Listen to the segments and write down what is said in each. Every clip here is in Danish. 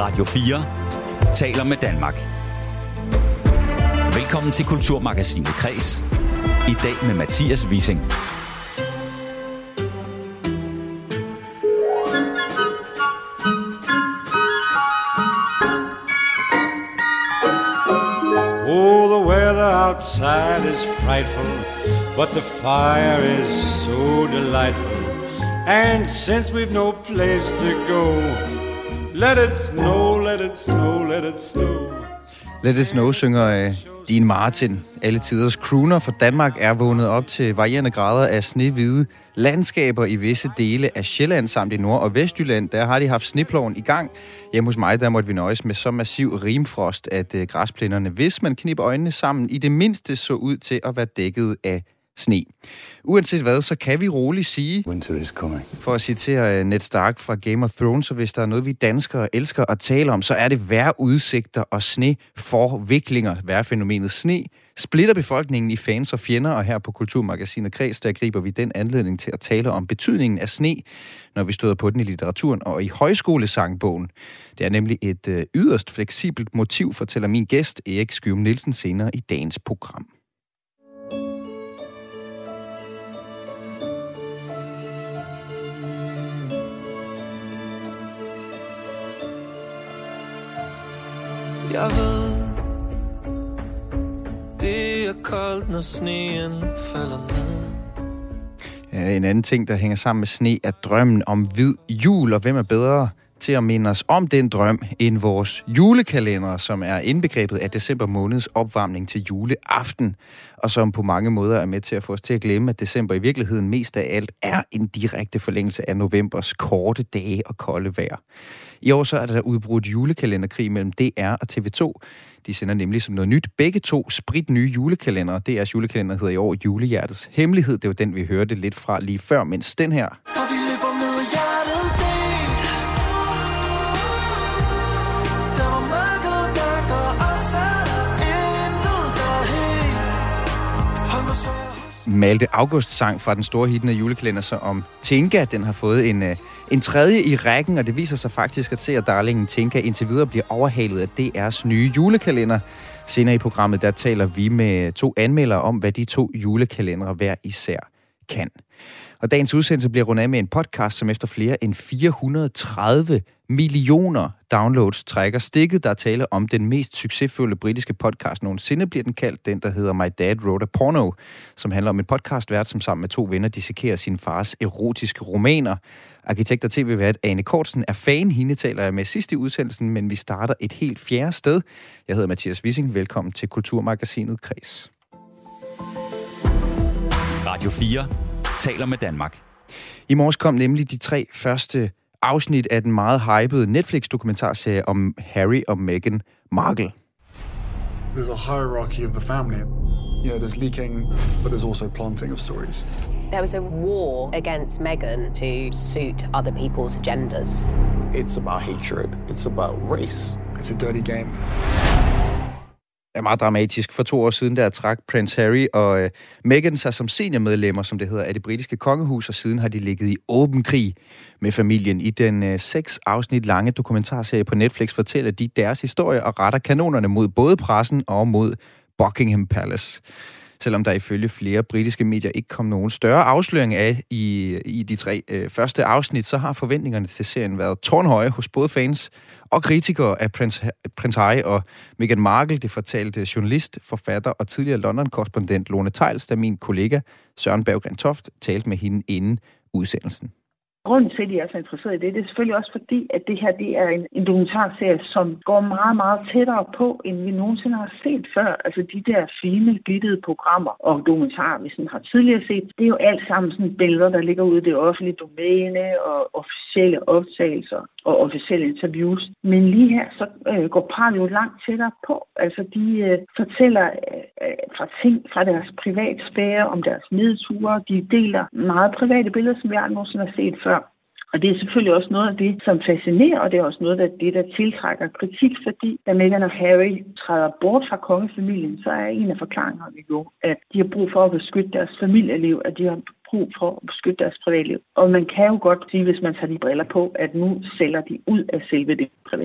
Radio 4 taler med Danmark. Velkommen til Kulturmagasinet Kreds. I dag med Mathias Wissing. Oh, the weather outside is frightful, but the fire is so delightful. And since we've no place to go, let it snow, let it snow, let it snow. Let it snow synger Dean Martin. Alle tiders crooner for Danmark er vågnet op til varierende grader af snehvide landskaber i visse dele af Sjælland samt i Nord- og Vestjylland. Der har de haft sneploven i gang. Hjemme hos mig, der måtte vi nøjes med så massiv rimfrost, at græsplænerne, hvis man kniber øjnene sammen, i det mindste så ud til at være dækket af sne. Uanset hvad, så kan vi roligt sige, Winter is coming. For at citere Ned Stark fra Game of Thrones, så hvis der er noget, vi danskere elsker at tale om, så er det vejrudsigter og sneforviklinger. Vejrfænomenet sne splitter befolkningen i fans og fjender, og her på Kulturmagasinet Kreds, der griber vi den anledning til at tale om betydningen af sne, når vi støder på den i litteraturen og i højskolesangbogen. Det er nemlig et yderst fleksibelt motiv, fortæller min gæst Erik Skyum Nielsen senere i dagens program. Jeg ved, det er koldt, når sneen falder ned. Ja, en anden ting, der hænger sammen med sne, er drømmen om hvid jul, og hvem er bedre til at minde os om den drøm end vores julekalender, som er indbegrebet af december måneds opvarmning til juleaften, og som på mange måder er med til at få os til at glemme, at december i virkeligheden mest af alt er en direkte forlængelse af novembers korte dage og kolde vejr. I år så er der udbrudt julekalenderkrig mellem DR og TV2. De sender nemlig som noget nyt begge to spritnye julekalendere. DR's julekalender hedder i år Julehjertets Hemmelighed. Det var den, vi hørte lidt fra lige før, mens den her... Malte August sang fra den store hittende julekalender så om Tinka. Den har fået en tredje i rækken, og det viser sig faktisk, at se, at darlingen Tinka indtil videre bliver overhalet af DR's nye julekalender. Senere i programmet, der taler vi med to anmeldere om, hvad de to julekalendere hver især kan. Og dagens udsendelse bliver rundet af med en podcast, som efter flere end 430 millioner downloads trækker stikket. Der er tale om den mest succesfulde britiske podcast nogensinde, bliver den kaldt. Den, der hedder My Dad Wrote a Porno, som handler om en podcastvært, som sammen med to venner dissekerer sin fars erotiske romaner. Arkitekt og tv-vært Ane Cortzen er fan. Hende taler jeg med sidst i udsendelsen, men vi starter et helt fjerde sted. Jeg hedder Mathias Wissing. Velkommen til Kulturmagasinet Kreds. Radio 4 taler med Danmark. I morges kom nemlig de 3 første afsnit af den meget hypede Netflix-dokumentarserie om Harry og Meghan Markle. There's a hierarchy of the family. You know, there's leaking, but there's also planting of stories. There was a war against Meghan to suit other people's agendas. It's about hatred. It's about race. It's a dirty game. Er meget dramatisk. For 2 år siden, der trak Prince Harry og Meghan sig som seniormedlemmer, som det hedder, af det britiske kongehus, og siden har de ligget i åben krig med familien. I den 6 afsnit lange dokumentarserie på Netflix fortæller de deres historie og retter kanonerne mod både pressen og mod Buckingham Palace. Selvom der ifølge flere britiske medier ikke kom nogen større afsløring af i de 3 første afsnit, så har forventningerne til serien været tårnhøje hos både fans og kritikere af Prince Harry og Meghan Markle. Det fortalte journalist, forfatter og tidligere London-korrespondent Lone Theils, da min kollega Søren Berggren Toft talte med hende inden udsendelsen. Grunden til, at de er så interesseret i det, det er selvfølgelig også fordi, at det her det er en dokumentarserie, som går meget, meget tættere på, end vi nogensinde har set før. Altså de der fine, glittede programmer og dokumentarer, vi sådan har tidligere set, det er jo alt sammen sådan billeder, der ligger ude i det offentlige domæne og officielle optagelser og officielle interviews. Men lige her, så går parret jo langt tættere på. Altså de fortæller fra ting fra deres privatsfære om deres nedture. De deler meget private billeder, som vi aldrig nogensinde har set før. Og det er selvfølgelig også noget af det, som fascinerer, og det er også noget af det, der tiltrækker kritik, fordi da Meghan og Harry træder bort fra kongefamilien, så er en af forklaringerne jo, at de har brug for at beskytte deres familieliv, at de har brug for at beskytte deres privatliv. Og man kan jo godt sige, hvis man tager de briller på, at nu sælger de ud af selve det privatliv.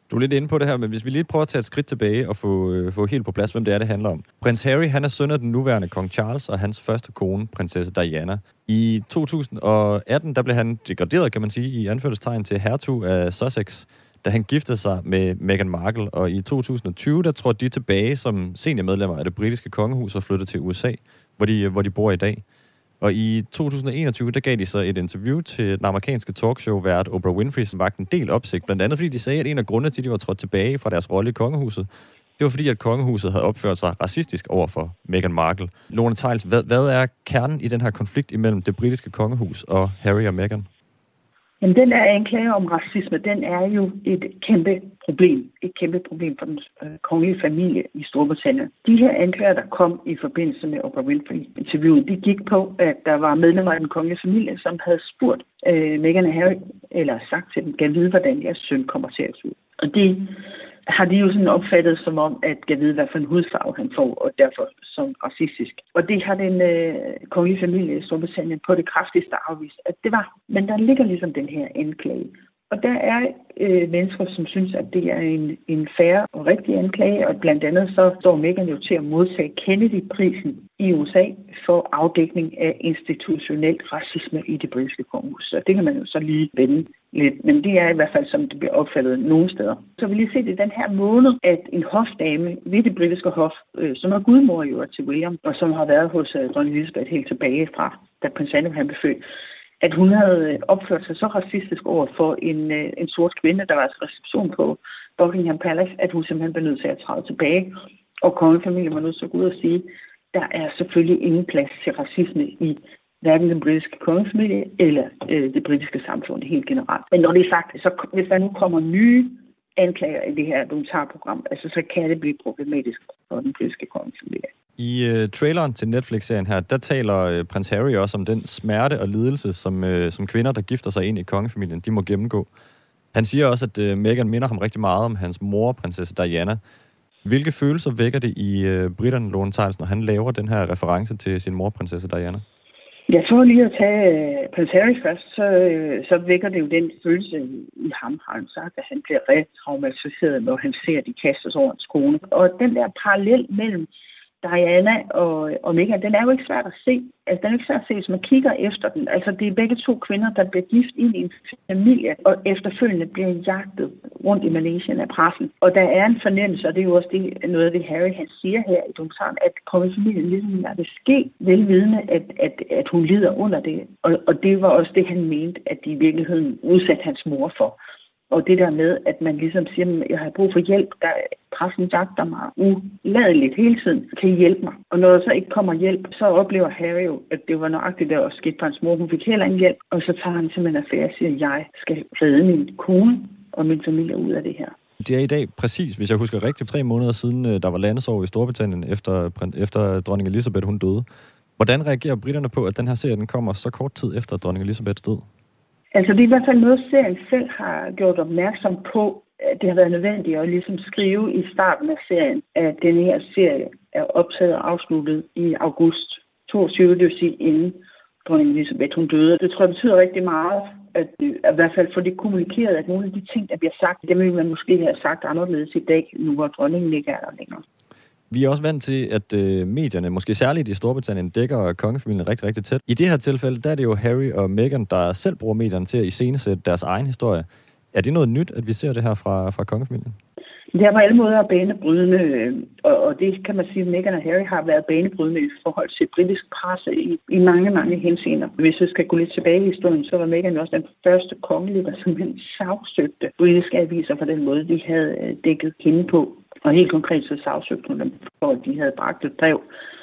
Du er lidt inde på det her, men hvis vi lige prøver at tage et skridt tilbage og få helt på plads, hvem det handler om. Prins Harry, han er søn af den nuværende kong Charles og hans første kone, prinsesse Diana. I 2018, der blev han degraderet, kan man sige, i anførselstegn til hertug af Sussex, da han giftede sig med Meghan Markle. Og i 2020, der trådte de tilbage som seniormedlemmer af det britiske kongehus og flyttede til USA, hvor de bor i dag. Og i 2021, der gav de så et interview til den amerikanske talkshow-vært Oprah Winfrey, som vagte en del opsigt. Blandt andet fordi de sagde, at en af grundene til, at de var trådt tilbage fra deres rolle i kongehuset, det var fordi, at kongehuset havde opført sig racistisk over for Meghan Markle. Lone Theils, hvad er kernen i den her konflikt imellem det britiske kongehus og Harry og Meghan? Jamen, den der anklage om racisme, den er jo et kæmpe problem. Et kæmpe problem for den kongelige familie i Storbritannien. De her anklager, der kom i forbindelse med Oprah Winfrey-interviewet, de gik på, at der var medlemmer af den kongelige familie, som havde spurgt Meghan og Harry, eller sagt til dem, kan vide, hvordan jeres søn kommer til at se ud. Og det har de jo sådan opfattet som om, at kan vide, hvad for en hudfarve han får, og derfor som racistisk. Og det har den kongelige familie i Storbritannien på det kraftigste afvist, at det var. Men der ligger ligesom den her anklage. Og der er mennesker, som synes, at det er en fair og rigtig anklage, og blandt andet så står Meghan jo til at modtage Kennedy-prisen i USA for afdækning af institutionel racisme i det britiske kongehus. Så det kan man jo så lige vende lidt, men det er i hvert fald, som det bliver opfattet nogle steder. Så vi lige se det den her måned, at en hofdame ved det britiske hof, som er gudmor jo til William, og som har været hos dronning Elizabeth helt tilbage fra, da prins Andrew han blev født, at hun havde opført sig så racistisk over for en sort kvinde, der var til reception på Buckingham Palace, at hun simpelthen blev nødt til at træde tilbage. Og kongefamilien var nødt til at gå ud og sige, der er selvfølgelig ingen plads til racisme i hverken den britiske kongefamilie eller det britiske samfund helt generelt. Men når det er sagt, så hvis der nu kommer nye anklager i det her dokumentarprogram, altså, så kan det blive problematisk for den britiske kongefamilie. I traileren til Netflix-serien her, der taler prins Harry også om den smerte og lidelse, som kvinder, der gifter sig ind i kongefamilien, de må gennemgå. Han siger også, at Meghan minder ham rigtig meget om hans mor, prinsesse Diana. Hvilke følelser vækker det i britterne, Lone Theils, når han laver den her reference til sin mor, prinsesse Diana? Jeg tror lige at tage prins Harry først, så vækker det jo den følelse i ham, har han sagt, at han bliver retraumatiseret, når han ser, at de kastes over hans kone. Og den der parallel mellem Diana og Meghan, den er jo ikke svært at se. Altså, den er ikke svært at se, hvis man kigger efter den. Altså, det er begge to kvinder, der bliver gift ind i en familie, og efterfølgende bliver jagtet rundt i Malaysia af pressen. Og der er en fornemmelse, og det er jo også noget af det, Harry han siger her i dokumentaren, at kongefamilien ligesom lader det ske, velvidende, at hun lider under det. Og det var også det, han mente, at de i virkeligheden udsatte hans mor for. Og det der med, at man ligesom siger, at jeg har brug for hjælp, der pressen jagter mig uladeligt hele tiden, kan I hjælpe mig? Og når der så ikke kommer hjælp, så oplever Harry jo, at det var nøjagtigt, der også skete for hans mor. Hun fik heller ingen hjælp, og så tager han simpelthen affære og siger, at jeg skal redde min kone og min familie ud af det her. Det er i dag præcis, hvis jeg husker rigtigt, 3 måneder siden, der var landesorg i Storbritannien, efter dronning Elizabeth hun døde. Hvordan reagerer britterne på, at den her serie den kommer så kort tid efter dronning Elizabeths død? Altså det er i hvert fald noget, serien selv har gjort opmærksom på, at det har været nødvendigt at ligesom skrive i starten af serien, at den her serie er optaget og afsluttet i august 22, det vil sige inden dronning Elizabeth hun døde. Det tror jeg betyder rigtig meget, at i hvert fald få det kommunikeret, at nogle af de ting, der bliver sagt, dem vil man måske have sagt anderledes i dag, nu hvor dronningen ikke er der længere. Vi er også vant til, at medierne, måske særligt i Storbritannien, dækker kongefamilien rigtig, rigtig tæt. I det her tilfælde, der er det jo Harry og Meghan, der selv bruger medierne til at iscenesætte deres egen historie. Er det noget nyt, at vi ser det her fra kongefamilien? Det er på alle måder banebrydende, og det kan man sige, at Meghan og Harry har været banebrydende i forhold til britisk presse i mange, mange henseender. Hvis vi skal gå lidt tilbage i historien, så var Meghan også den første kongelige, der simpelthen sagsøgte britiske aviser på den måde, de havde dækket hende på. Og helt konkret så sagsøgte hun dem, for at de havde bragt et brev,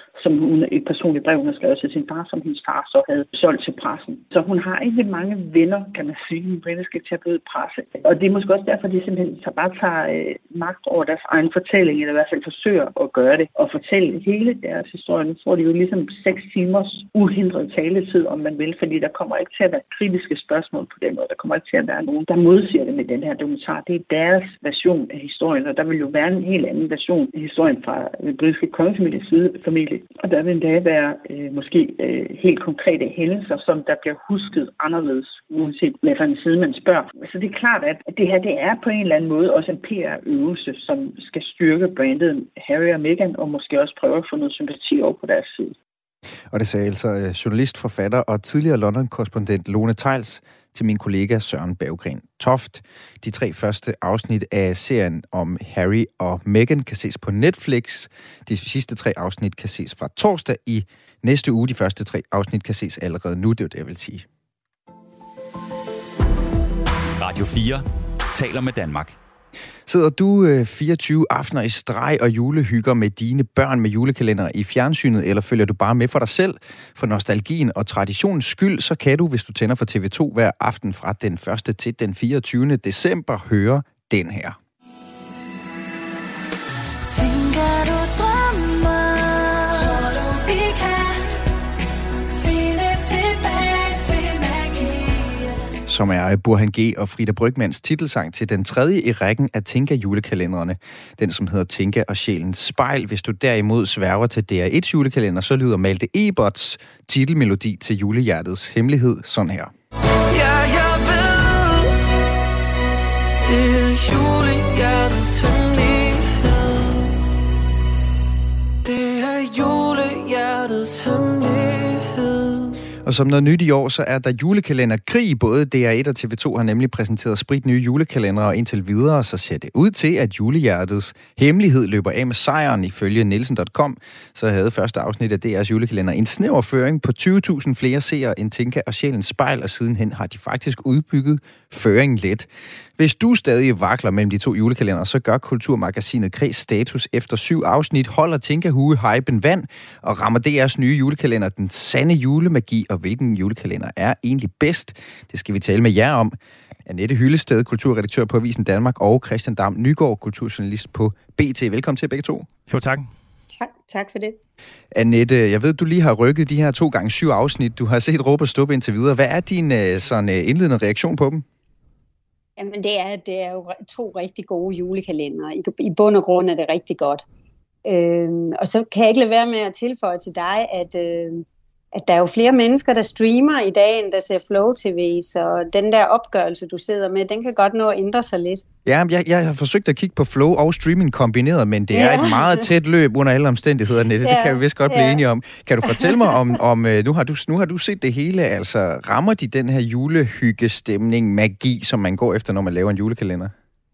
et personligt brev, hun havde skrevet til sin far, som hendes far så havde solgt til pressen. Så hun har ikke mange venner, kan man sige, i den britiske tabloidpresse. Og det er måske også derfor, de simpelthen tager magt over deres egen fortælling, eller i hvert fald forsøger at gøre det, og fortælle hele deres historie. Nu får de jo ligesom 6 timers uhindret taletid, om man vil, fordi der kommer ikke til at være kritiske spørgsmål på den måde. Der kommer ikke til at være nogen, der modsiger det med den her dokumentar. Det er deres version af historien, og der vil jo være en helt anden version af historien fra den britiske kongefamilies side. Og der vil endda være måske helt konkrete hændelser, som der bliver husket anderledes, uanset hvilken side man spørger. Så det er klart, at det her det er på en eller anden måde også en PR-øvelse, som skal styrke brandet Harry og Meghan, og måske også prøve at få noget sympati over på deres side. Og det sagde altså journalist, forfatter og tidligere London-korrespondent Lone Theils til min kollega Søren Berggren Toft. De 3 første afsnit af serien om Harry og Meghan kan ses på Netflix. De sidste 3 afsnit kan ses fra torsdag i næste uge. De første 3 afsnit kan ses allerede nu, det er det, jeg vil sige. Radio 4 taler med Danmark. Sidder du 24 aftener i streg og julehygger med dine børn med julekalender i fjernsynet, eller følger du bare med for dig selv? For nostalgien og traditionens skyld, så kan du, hvis du tænder for TV2 hver aften fra den 1. til den 24. december, høre den her. Tænker du drømmer, tror du vi kan finde tilbage til magien? Som er Burhan G. og Frida Brygmans titelsang til den 3. i rækken af Tinka-julekalenderne. Den, som hedder Tinka og Sjælens Spejl. Hvis du derimod sværger til DR1's julekalender, så lyder Malte Eberts titelmelodi til Julehjertets Hemmelighed sådan her. Ja, jeg ved, det er julehjertets hemmelighed. Det er julehjertets hemmelighed. Og som noget nyt i år, så er der julekalenderkrig. Både DR1 og TV2 har nemlig præsenteret spritnye julekalendere, og indtil videre så ser det ud til, at Julehjertets Hemmelighed løber af med sejren. Ifølge Nielsen.com, så havde første afsnit af DR's julekalender en snæver føring på 20.000 flere seere end Tinka og Sjælens Spejl, og sidenhen har de faktisk udbygget føringen lidt. Hvis du stadig vakler mellem de 2 julekalender, så gør Kulturmagasinet Kreds status efter 7 afsnit, holder Tinka-hue-hypen vand, og rammer DR's nye julekalender den sande julemagi, og hvilken julekalender er egentlig bedst? Det skal vi tale med jer om. Annette Hyllested, kulturredaktør på Avisen Danmark, og Christian Dam Nygaard, kulturjournalist på BT. Velkommen til begge to. Jo, tak. Tak for det. Annette, jeg ved, du lige har rykket de her 2x7 afsnit. Du har set råb og stub indtil videre. Hvad er din indledende reaktion på dem? Jamen, det er jo 2 rigtig gode julekalendere. I bund og grund er det rigtig godt. Og så kan jeg ikke lade være med at tilføje til dig, at der er jo flere mennesker, der streamer i dag, end der ser Flow TV, så den der opgørelse, du sidder med, den kan godt nå at ændre sig lidt. Ja, jeg har forsøgt at kigge på Flow og streaming kombineret, men det er et meget tæt løb under alle omstændigheder, Annette. Det kan vi vist godt blive enige om. Kan du fortælle mig om nu har du set det hele, altså rammer de den her julehyggestemning, magi, som man går efter, når man laver en julekalender?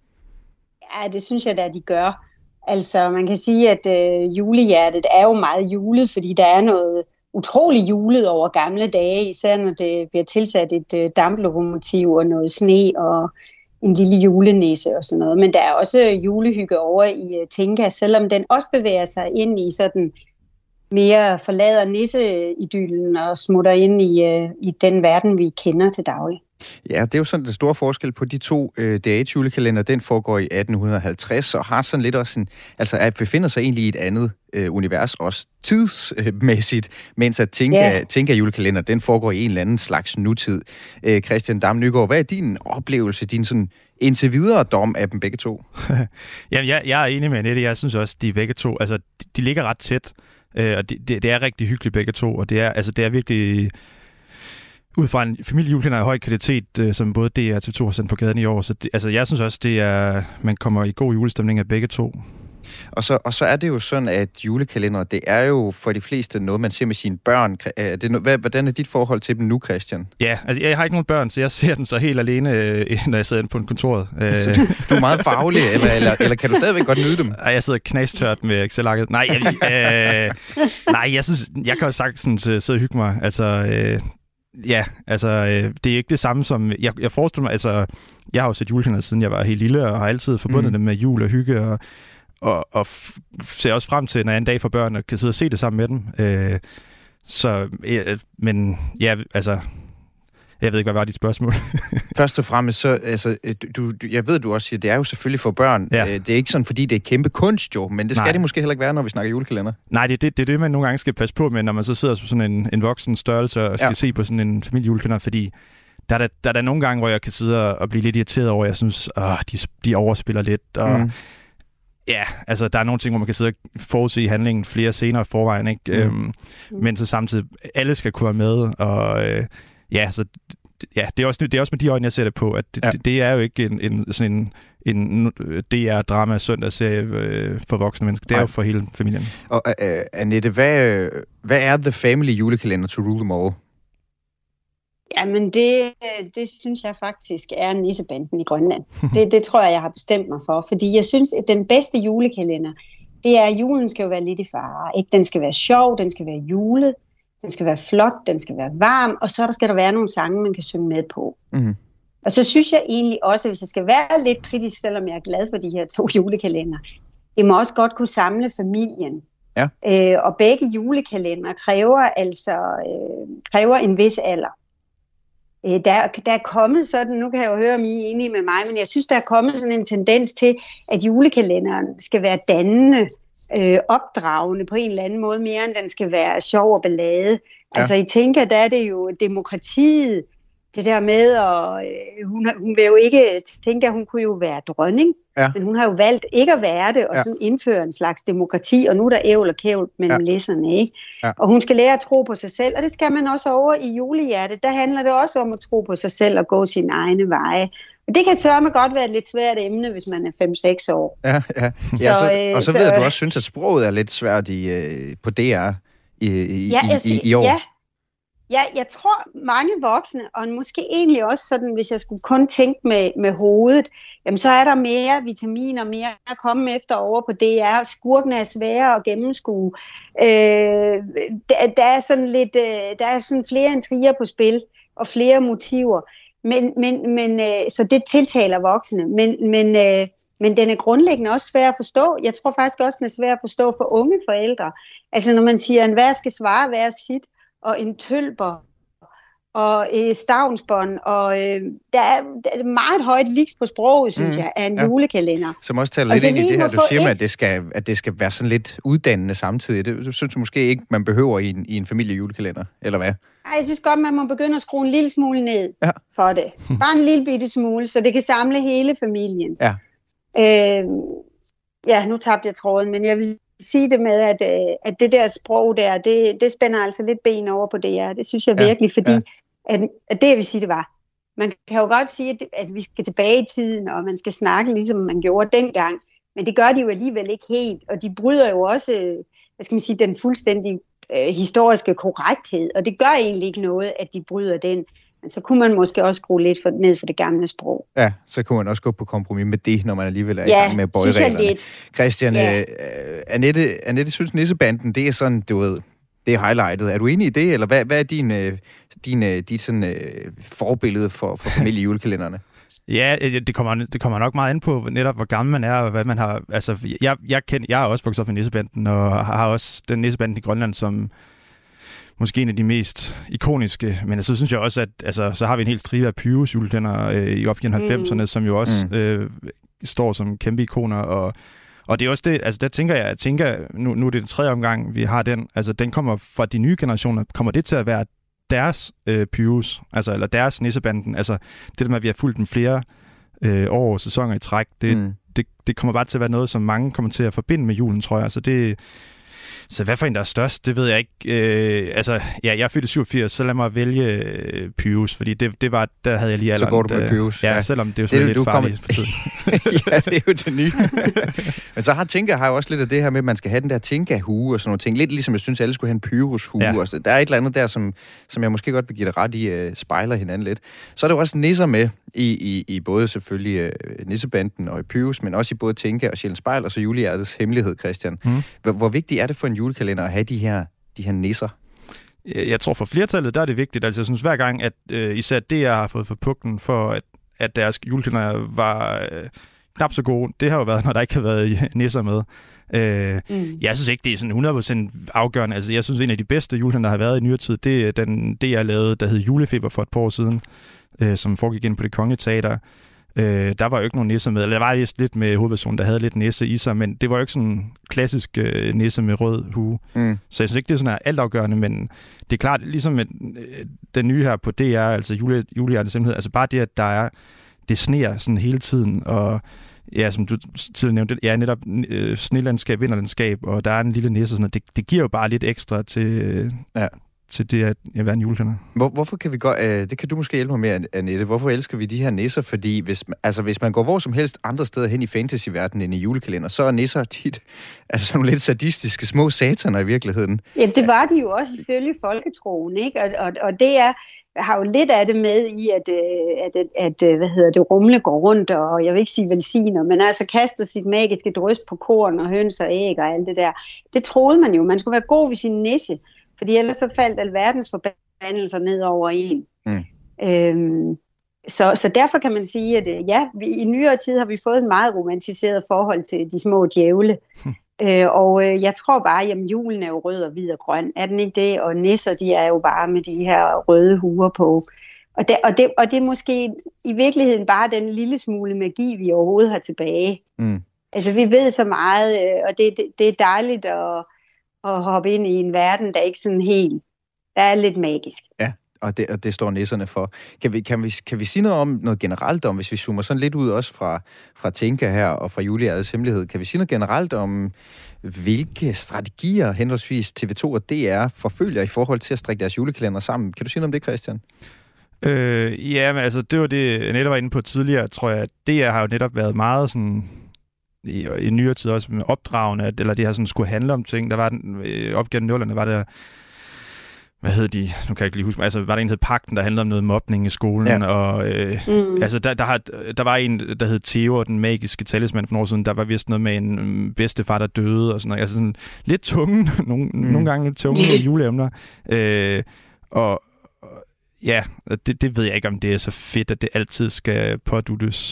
Ja, det synes jeg da, de gør. Altså, man kan sige, at julehjertet er jo meget julet, fordi der er noget utrolig julet over gamle dage, især når det bliver tilsat et damplokomotiv og noget sne og en lille julenisse og sådan noget. Men der er også julehygge over i Tinka, selvom den også bevæger sig ind i sådan mere forlader nisse-idyllen og smutter ind i den verden, vi kender til daglig. Ja, det er jo sådan den store forskel på de 2 DR1 julekalender. Den foregår i 1850 og har sådan lidt også at befinder sig egentlig i et andet univers, også tidsmæssigt, mens at Tinka julekalender, den foregår i en eller anden slags nutid. Christian Dam Nygaard, hvad er din oplevelse, din sådan indtil videre dom af dem begge 2? Jamen, jeg er enig med Annette. Jeg synes også, de begge 2, altså de ligger ret tæt, og det er rigtig hyggeligt begge 2, og det er virkelig ud fra en familiejulekalender af høj kvalitet, som både DR og TV2 har sendt på gaden i år. Så jeg synes også, man kommer i god julestemning af begge 2. Og så er det jo sådan, at julekalender, det er jo for de fleste noget, man ser med sine børn. Hvordan er dit forhold til dem nu, Christian? Ja, altså jeg har ikke nogen børn, så jeg ser dem så helt alene, når jeg sidder inde på kontoret. Så du er meget faglig, eller kan du stadigvæk godt nyde dem? Jeg sidder knastørt med Excel-arket. Nej, jeg synes, jeg kan jo sagtens sidde og hygge mig. Det er ikke det samme som... Jeg forestiller mig, jeg har jo set julekalender siden jeg var helt lille, og har altid forbundet det med jul og hygge, og ser også frem til, når jeg en dag får børn, og kan sidde og se det sammen med dem. Jeg ved ikke, hvad var dit spørgsmål? Først og fremmest, så, jeg ved, du også siger, det er jo selvfølgelig for børn. Ja. Det er ikke sådan, fordi det er kæmpe kunst, jo, men det skal det måske heller ikke være, når vi snakker julekalender. Nej, det er det, man nogle gange skal passe på med, når man så sidder på sådan en voksen størrelse og skal se på sådan en familiejulekalender, fordi der er nogle gange, hvor jeg kan sidde og blive lidt irriteret over, jeg synes, de overspiller lidt, og Ja, altså der er nogle ting, hvor man kan sidde og forudse handlingen flere scener i forvejen, ikke? Men så samtidig, alle skal kunne være med, og så det er også med de øjne, jeg ser det på, at det er jo ikke en DR-drama søndagsserie for voksne mennesker. Det er jo for hele familien. Og Annette, hvad er The Family julekalender to rule them all? Jamen, det synes jeg faktisk er Nissebanden i Grønland. Det tror jeg har bestemt mig for, fordi jeg synes, at den bedste julekalender, det er, at julen skal jo være lidt i fare. Ikke? Den skal være sjov, den skal være julet, den skal være flot, den skal være varm, og så skal der være nogle sange, man kan synge med på. Mm-hmm. Og så synes jeg egentlig også, hvis jeg skal være lidt kritisk, selvom jeg er glad for de her 2 julekalender, det må også godt kunne samle familien. Ja. Og begge julekalender kræver en vis alder. Der er kommet sådan, nu kan jeg jo høre, om I er enige med mig, men jeg synes, der er kommet sådan en tendens til, at julekalenderen skal være dannende, opdragende på en eller anden måde, mere end den skal være sjov og ballade. Ja. Altså I tænker, der er det jo demokratiet, det der med, og hun vil jo ikke tænke, at hun kunne jo være dronning, men hun har jo valgt ikke at være det, og sådan indføre en slags demokrati, og nu er der ævl og kævl mellem læserne, ikke? Ja. Og hun skal lære at tro på sig selv, og det skal man også over i Julehjertet. Der handler det også om at tro på sig selv og gå sine egne veje. Og det kan tørme godt være et lidt svært emne, hvis man er 5-6 år. Ja. Så ved jeg, at du også synes, at sproget er lidt svært på DR i år. Ja, jeg tror mange voksne, og måske egentlig også sådan, hvis jeg skulle kun tænke med hovedet, jamen så er der mere vitaminer, mere at komme efter over på DR. Skurken er svære at gennemskue. Der er sådan lidt, der er sådan flere intriger på spil, og flere motiver. Men så det tiltaler voksne. Men den er grundlæggende også svær at forstå. Jeg tror faktisk også, den er svær at forstå for unge forældre. Altså når man siger, at hver skal svare hver sit, og en tølper, og stavnsbånd, og der er meget højt liks på sproget, synes jeg, af en julekalender. Som også taler lidt ind i det her, du siger med, at det skal være sådan lidt uddannende samtidig. Det synes du måske ikke, man behøver i en familiejulekalender, eller hvad? Ej, jeg synes godt, man må begynde at skrue en lille smule ned for det. Bare en lille bitte smule, så det kan samle hele familien. Ja. Nu tabte jeg tråden, men jeg vil sige det med, at det der sprog der, det spænder altså lidt ben over på DR. Det synes jeg virkelig, fordi at det, jeg vil sige, det var. Man kan jo godt sige, at vi skal tilbage i tiden, og man skal snakke, ligesom man gjorde dengang. Men det gør de jo alligevel ikke helt, og de bryder jo også, hvad skal man sige, den fuldstændig historiske korrekthed, og det gør egentlig ikke noget, at de bryder den. Men så kunne man måske også skrue lidt ned for det gamle sprog. Ja, så kunne man også gå på kompromis med det, når man alligevel er i gang med at bøje reglerne. Christian, Annette synes, Nissebanden, det er sådan, du ved, det er highlightet. Er du enig i det, eller hvad er din sådan, forbillede for familiejulekalenderne? Ja, det kommer nok meget ind på netop, hvor gammel man er, og hvad man har. Altså, jeg er også vokset op med Nissebanden, og har også den Nissebanden i Grønland, som måske en af de mest ikoniske, men så synes jeg også, at så har vi en helt stribe af Pyrus julekalender i op i 90'erne, som jo også står som kæmpe ikoner, og det er også det, altså der tænker jeg, nu er det den 3. omgang, vi har den, altså den kommer fra de nye generationer, kommer det til at være deres Pyrus, altså eller deres Nissebanden, altså det med, at vi har fulgt dem flere år og sæsoner i træk, det kommer bare til at være noget, som mange kommer til at forbinde med julen, tror jeg, så hvad for en, der er størst, det ved jeg ikke. Jeg er født i 87, så lad mig vælge Pyrus, fordi det var, der havde jeg lige alderen. Så går du med Pyrus. Ja, selvom det er jo sådan lidt farligt for tiden. Ja, det er jo det nye. Men så har jo også lidt af det her med, at man skal have den der Tinka-hue og sådan nogle ting. Lidt ligesom jeg synes, alle skulle have en Pyrus-hue. Ja. Og så der er et eller andet der, som jeg måske godt vil give dig ret i, spejler hinanden lidt. Så er der jo også nisser med i både selvfølgelig Nissebanden og i Pyrus, men også i både Tinka og Sjælens Spejl og så Julehjertets Hemmelighed, Christian. Hvor vigtigt er det for en julekalender at have de her nisser? Jeg tror for flertallet, der er det vigtigt. Altså jeg synes hver gang, at især DR har fået forpugten for, at deres julekalender var knap så gode. Det har jo været, når der ikke har været nisser med. Jeg synes ikke, det er sådan 100% afgørende. Altså jeg synes, en af de bedste julekalender, der har været i nyere tid, det er den DR lavede, der hed Julefeber for et par år siden, som foregik ind på Det Kongelige Teater. Der var jo ikke nogen nisser med, eller der var vist lidt med hovedpersonen, der havde lidt nisse i sig, men det var jo ikke sådan klassisk nisse med rød hue. Så jeg synes ikke, det er sådan altafgørende, men det er klart, ligesom med den nye her på DR, altså Julehjertets Hemmelighed, altså bare det, at det sneer sådan hele tiden, og ja, som du tidligere nævnte, ja, netop snelandskab, vinterlandskab, og der er en lille nisse og sådan noget. Det giver jo bare lidt ekstra til det at være en julekalender. Hvorfor kan vi godt... det kan du måske hjælpe mig med, Annette. Hvorfor elsker vi de her nisser? Fordi hvis man går hvor som helst andre steder hen i fantasyverdenen end i julekalender, så er nisser tit sådan nogle lidt sadistiske små sataner i virkeligheden. Ja, det var de jo også ifølge folketroen, ikke? Og det har jo lidt af det med i, at Rumle går rundt, og jeg vil ikke sige velsigner, men altså kaster sit magiske drys på korn og høns og æg og alt det der. Det troede man jo. Man skulle være god ved sin nisse, fordi ellers så faldt alverdens forbandelser ned over en. Så derfor kan man sige, at i nyere tid har vi fået et meget romantiseret forhold til de små djævle. Og jeg tror bare, at julen er jo rød og hvid og grøn. Er den ikke det? Og nisser, de er jo bare med de her røde huer på. Og det er måske i virkeligheden bare den lille smule magi, vi overhovedet har tilbage. Altså, vi ved så meget, og det er dejligt at hoppe ind i en verden, der ikke sådan helt... Der er lidt magisk. Ja, og det står nisserne for. Kan vi sige noget om noget generelt om, hvis vi zoomer sådan lidt ud også fra Tinka her og fra Juliades Hemmelighed, kan vi sige noget generelt om, hvilke strategier henholdsvis TV2 og DR forfølger i forhold til at strikke deres julekalender sammen? Kan du sige noget om det, Christian? Ja, men altså, det var det, Annette var inde på tidligere, tror jeg. DR har jo netop været meget sådan... I nyere tid også med opdragende, eller det har sådan skulle handle om ting. Der var op gennem nullerne, var der, hvad hed de? Nu kan jeg ikke lige huske, altså var der en, der hed Pagten, der handlede om noget mobning i skolen, og altså der var en, der hed Theo, den magiske talisman for nogle år siden, der var vist noget med en bedstefar, der døde, og sådan noget. Altså sådan lidt tunge, nogle gange lidt tunge juleemner. Og ja, det ved jeg ikke, om det er så fedt, at det altid skal påduttes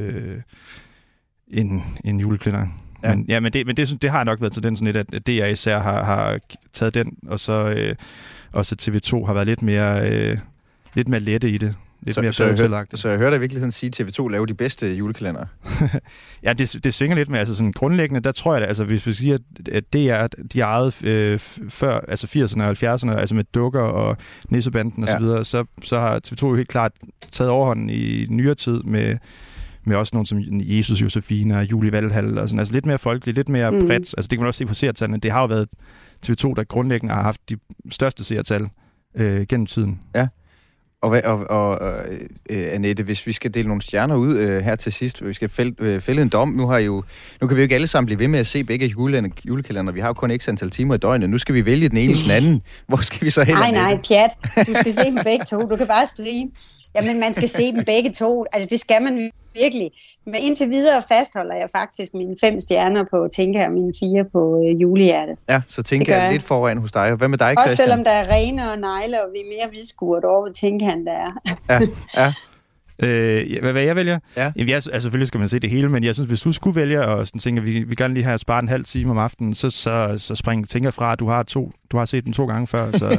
en julekalender. Ja. Men det har nok været til den sådan lidt, at DR især har taget den, og så TV2 har været lidt mere lette i det. Så jeg hørte i virkeligheden sige, at TV2 laver de bedste julekalender. Ja, det svinger lidt med, altså sådan grundlæggende, der tror jeg da, altså hvis vi siger, at DR, de ejede før, altså 80'erne og 70'erne, altså med dukker og nissebanden og så videre, så har TV2 jo helt klart taget overhånden i nyere tid med også nogen som Jesus, Josefine og Julie Valhall og sådan, altså lidt mere folkeligt, lidt mere bredt. Altså det kan man også se på seertallene. Det har jo været TV2, der grundlæggende har haft de største seertal gennem tiden. Ja. Og Annette, hvis vi skal dele nogle stjerner ud her til sidst, vi skal fælde en dom. Nu kan vi jo ikke alle sammen blive ved med at se begge julekalender. Vi har jo kun x antal timer i døgnet. Nu skal vi vælge den ene eller den anden. Hvor skal vi så hen? Nej, pjat. Du skal se dem begge to. Du kan bare streame. Jamen, man skal se dem begge to. Altså, det skal man virkelig. Men indtil videre fastholder jeg faktisk mine 5 stjerner på Tinka og mine 4 på Julehjerte. Ja, så Tinka er lidt foran hos dig. Hvad med dig, Christian? Også selvom der er rene og negle, og vi er mere vidskuret over ved Tinka, end der er. Ja. Hvad jeg vælger? Ja. Jamen, selvfølgelig skal man se det hele, men jeg synes, hvis du skulle vælge, og sådan tænker, vi gerne lige have sparet en halv time om aftenen, så spring Tinka fra, at du har set den 2 gange før, så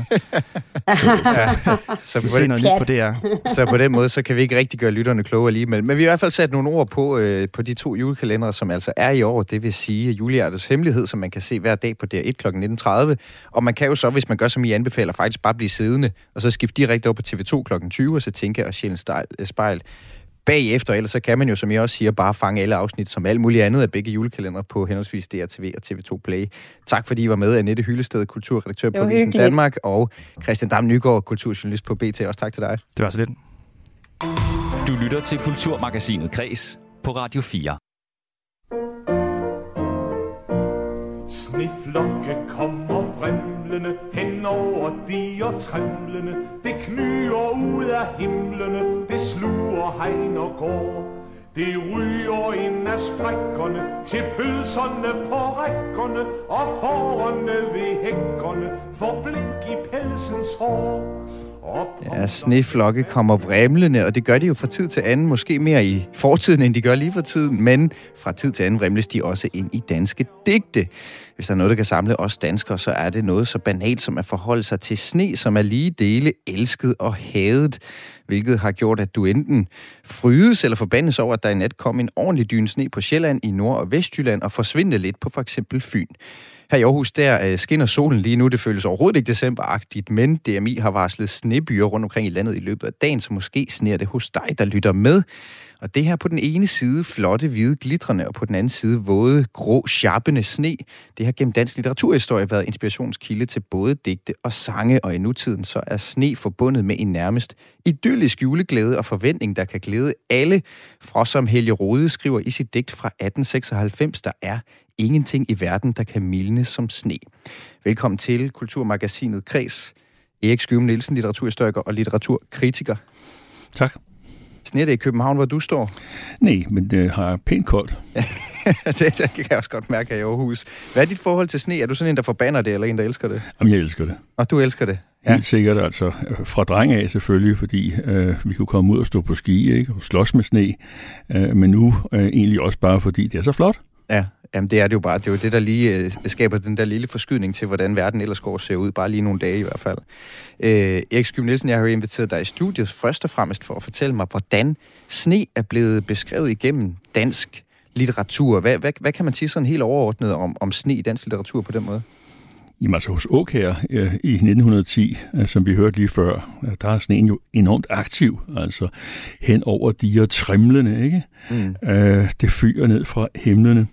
se noget nyt på DR. Så på den måde, så kan vi ikke rigtig gøre lytterne kloge alligevel. Men vi har i hvert fald sat nogle ord på de 2 julekalendere, som altså er i år. Det vil sige Julehjertets Hemmelighed, som man kan se hver dag på DR1 kl. 19.30. Og man kan jo så, hvis man gør som I anbefaler, faktisk bare blive siddende, og så skifte direkte over på TV2 kl. 20, og så Tinka og Sjælens Spejl bagefter, ellers så kan man jo, som jeg også siger, bare fange alle afsnit som alt muligt andet af begge julekalendere på henholdsvis DRTV og TV2 Play. Tak fordi I var med, Annette Hyllested, kulturredaktør på Avisen Danmark, og Christian Dam Nygaard, kulturjournalist på BT. Også tak til dig. Det var så lidt. Du lytter til Kulturmagasinet Kres på Radio 4. Sneflokke kommer vrimlende hen over de og tremlende. Det knyr ud af himlene, det sluger hegn og gård. Det ryger ind af sprækkerne til pølserne på rækkerne, og forerne ved hækkerne får blink i pelsens hår. Ja, sneflokke kommer vrimlende, og det gør de jo fra tid til anden, måske mere i fortiden, end de gør lige for tiden, men fra tid til anden vrimles de også ind i danske digte. Hvis der er noget, der kan samle os danskere, så er det noget så banalt som at forholde sig til sne, som er lige dele elsket og hadet, hvilket har gjort, at du enten frydes eller forbandes over, at der i nat kom en ordentlig dyne sne på Sjælland, i Nord- og Vestjylland og forsvinde lidt på for eksempel Fyn. Her i Aarhus, der skinner solen lige nu. Det føles overhovedet ikke decemberagtigt, men DMI har varslet snebyer rundt omkring i landet i løbet af dagen, så måske sner det hos dig, der lytter med. Og det her på den ene side flotte, hvide, glitrende, og på den anden side våde, grå, sjappende sne, det har gennem dansk litteraturhistorie været inspirationskilde til både digte og sange, og i nutiden så er sne forbundet med en nærmest idyllisk juleglæde og forventning, der kan glæde alle. For som Helge Rode skriver i sit digt fra 1896, der er ingenting i verden, der kan mildne som sne. Velkommen til Kulturmagasinet Kreds. Erik Skyum Nielsen, litteraturhistoriker og litteraturkritiker. Tak. Sneer det i København, hvor du står? Nej, men det har pænt koldt. det kan jeg også godt mærke i Aarhus. Hvad er dit forhold til sne? Er du sådan en, der forbander det, eller en, der elsker det? Jamen, jeg elsker det. Og du elsker det? Ja. Helt sikkert, altså. Fra dreng af selvfølgelig, fordi vi kunne komme ud og stå på ski, ikke? Og slås med sne. Men nu egentlig også bare, fordi det er så flot. Ja, jamen det er det jo bare. Det er jo det, der lige skaber den der lille forskydning til, hvordan verden ellers går og ser ud. Bare lige nogle dage i hvert fald. Erik Skyum Nielsen, jeg har jo inviteret dig i studiet først og fremmest for at fortælle mig, hvordan sne er blevet beskrevet igennem dansk litteratur. Hvad kan man sige sådan helt overordnet om sne i dansk litteratur på den måde? Jamen altså hos Aakjær i 1910, som vi hørte lige før, der er sneen jo enormt aktiv, altså hen over diger trimlende, ikke? Det fyrer ned fra himlene.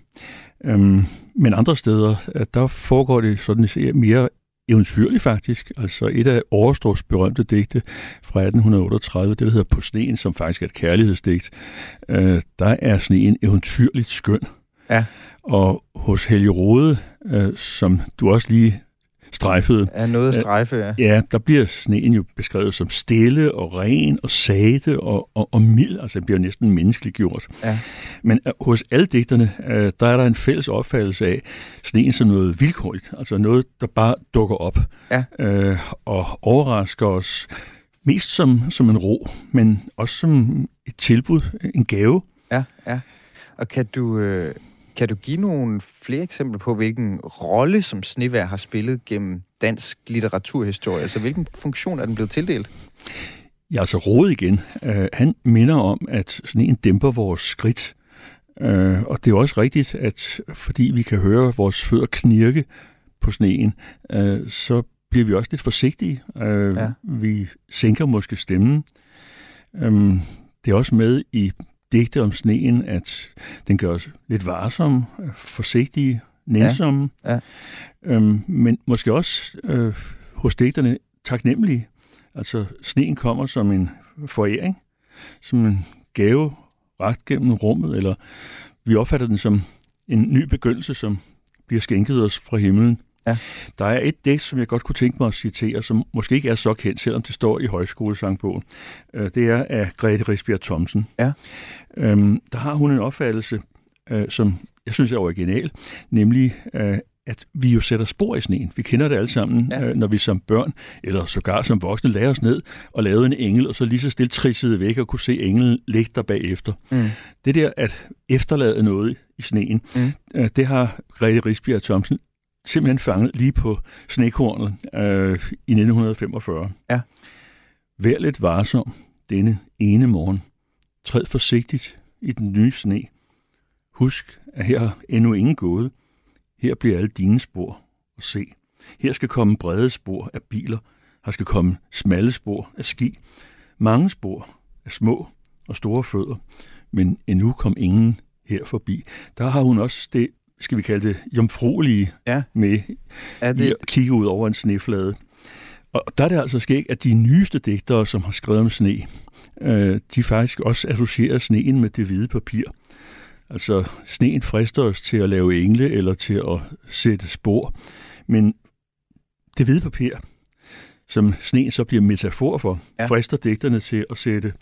Men andre steder, der foregår det sådan mere eventyrligt faktisk. Altså et af Overstrås berømte digte fra 1838, det der hedder På sneen, som faktisk er et kærlighedsdigt, der er sneen eventyrligt skøn. Ja. Og hos Helge Rode, som du også lige strejfede. Ja, noget at strejfe, ja. Ja, der bliver sneen jo beskrevet som stille og ren og sate og mild. Altså det bliver næsten menneskeliggjort. Ja. Men hos alle digterne, der er der en fælles opfattelse af sneen som noget vilkårligt. Altså noget, der bare dukker op. Ja. Og overrasker os mest som en ro, men også som et tilbud, en gave. Ja, ja. Og kan du give nogle flere eksempler på, hvilken rolle som snevejr har spillet gennem dansk litteraturhistorie? Altså, hvilken funktion er den blevet tildelt? Ja, altså Rode igen. Han minder om, at sneen dæmper vores skridt. Og det er også rigtigt, at fordi vi kan høre vores fødder knirke på sneen, så bliver vi også lidt forsigtige. Vi sænker måske stemmen. Det er også med i digte om sneen, at den gør os lidt varsomme, forsigtige, nænsomme, men måske også hos digterne taknemmelige. Altså sneen kommer som en foræring, som en gave rakt gennem rummet, eller vi opfatter den som en ny begyndelse, som bliver skænket os fra himlen. Ja. Der er et digt, som jeg godt kunne tænke mig at citere, som måske ikke er så kendt, selvom det står i højskolesangbogen. Det er af Grete Risbjerg Thomsen. Ja. Der har hun en opfattelse, som jeg synes er original, nemlig at vi jo sætter spor i sneen. Vi kender det alle sammen, når vi som børn, eller sågar som voksne, lagde os ned og lavede en engel, og så lige så stille trissede væk og kunne se englen ligge der bagefter. Det der at efterlade noget i sneen, det har Grete Risbjerg Thomsen simpelthen fanget lige på snekornet i 1945. Ja. Vær lidt varsom denne ene morgen. Træd forsigtigt i den nye sne. Husk, at her er endnu ingen gået. Her bliver alle dine spor at se. Her skal komme brede spor af biler. Her skal komme smalle spor af ski. Mange spor af små og store fødder. Men endnu kom ingen her forbi. Der har hun også det, skal vi kalde det, jomfruelige med at kigge ud over en sneflade. Og der er det altså sket, at de nyeste digtere, som har skrevet om sne, de faktisk også associerer sneen med det hvide papir. Altså, sneen frister os til at lave engle eller til at sætte spor. Men det hvide papir, som sneen så bliver metafor for, frister digterne til at sætte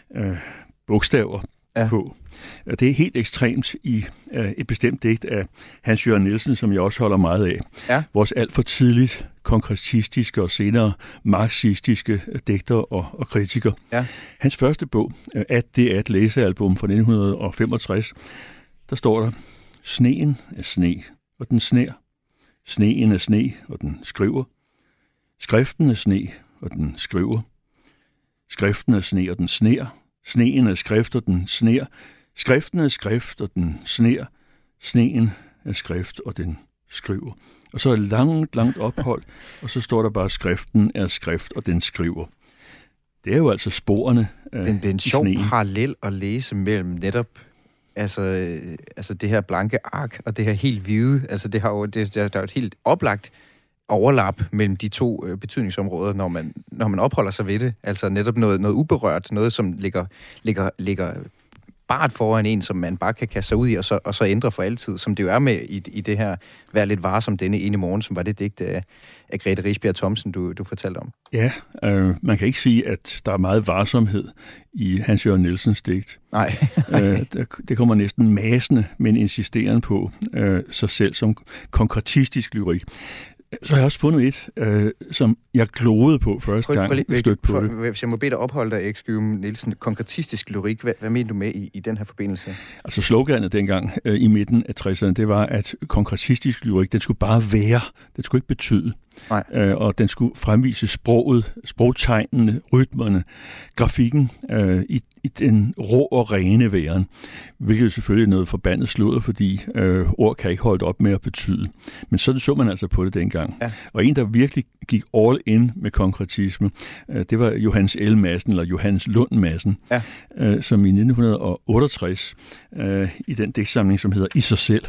bogstaver på. Det er helt ekstremt i et bestemt digt af Hans Jørgen Nielsen, som jeg også holder meget af. Ja. Vores alt for tidligt konkretistiske og senere marxistiske digter og kritiker. Ja. Hans første bog, At læsealbum fra 1965, der står der: Sneen er sne, og den sner. Sneen er sne, og den skriver. Skriften er sne, og den skriver. Skriften er sne, og den sner. Sneen er skrift, og den sner. Skriften er skrift, og den sner. Sneen er skrift, og den skriver. Og så er langt ophold, og så står der bare, skriften er skrift, og den skriver. det er jo altså sporene Det er en sjov sneen. parallel at læse mellem netop altså det her blanke ark og det her helt hvide. Altså der er jo et helt oplagt overlap mellem de to betydningsområder, når man opholder sig ved det. Altså netop noget uberørt, noget som ligger bart foran en, som man bare kan kaste sig ud i, og så ændre for altid, som det jo er med i det her Vær lidt varsom denne ene morgen, som var det digt af Grete Risbjerg Thomsen, du fortalte om. Ja, man kan ikke sige, at der er meget varsomhed i Hans Jørgen Nielsens digt. Nej. Det kommer næsten masende, men insisterende på sig selv som konkretistisk lyrik. Så har jeg også fundet et, som jeg glodede på første gang, stødte på det. Hvis jeg må bede dig opholde dig, Ekskjum Nielsen, konkretistisk lyrik, hvad mener du med i den her forbindelse? Altså sloganet dengang i midten af 60'erne, det var, at konkretistisk lyrik, den skulle bare være, den skulle ikke betyde. Og den skulle fremvise sproget, sprogtegnene, rytmerne, grafikken i den rå og rene væren, hvilket jo selvfølgelig er noget forbandet sludder, fordi ord kan ikke holde op med at betyde. Men sådan så man altså på det dengang. Ja. Og en, der virkelig gik all in med konkretisme, det var Johannes L. Madsen, eller Johannes Lund Madsen, som i 1968 i den digtsamling, som hedder I sig selv,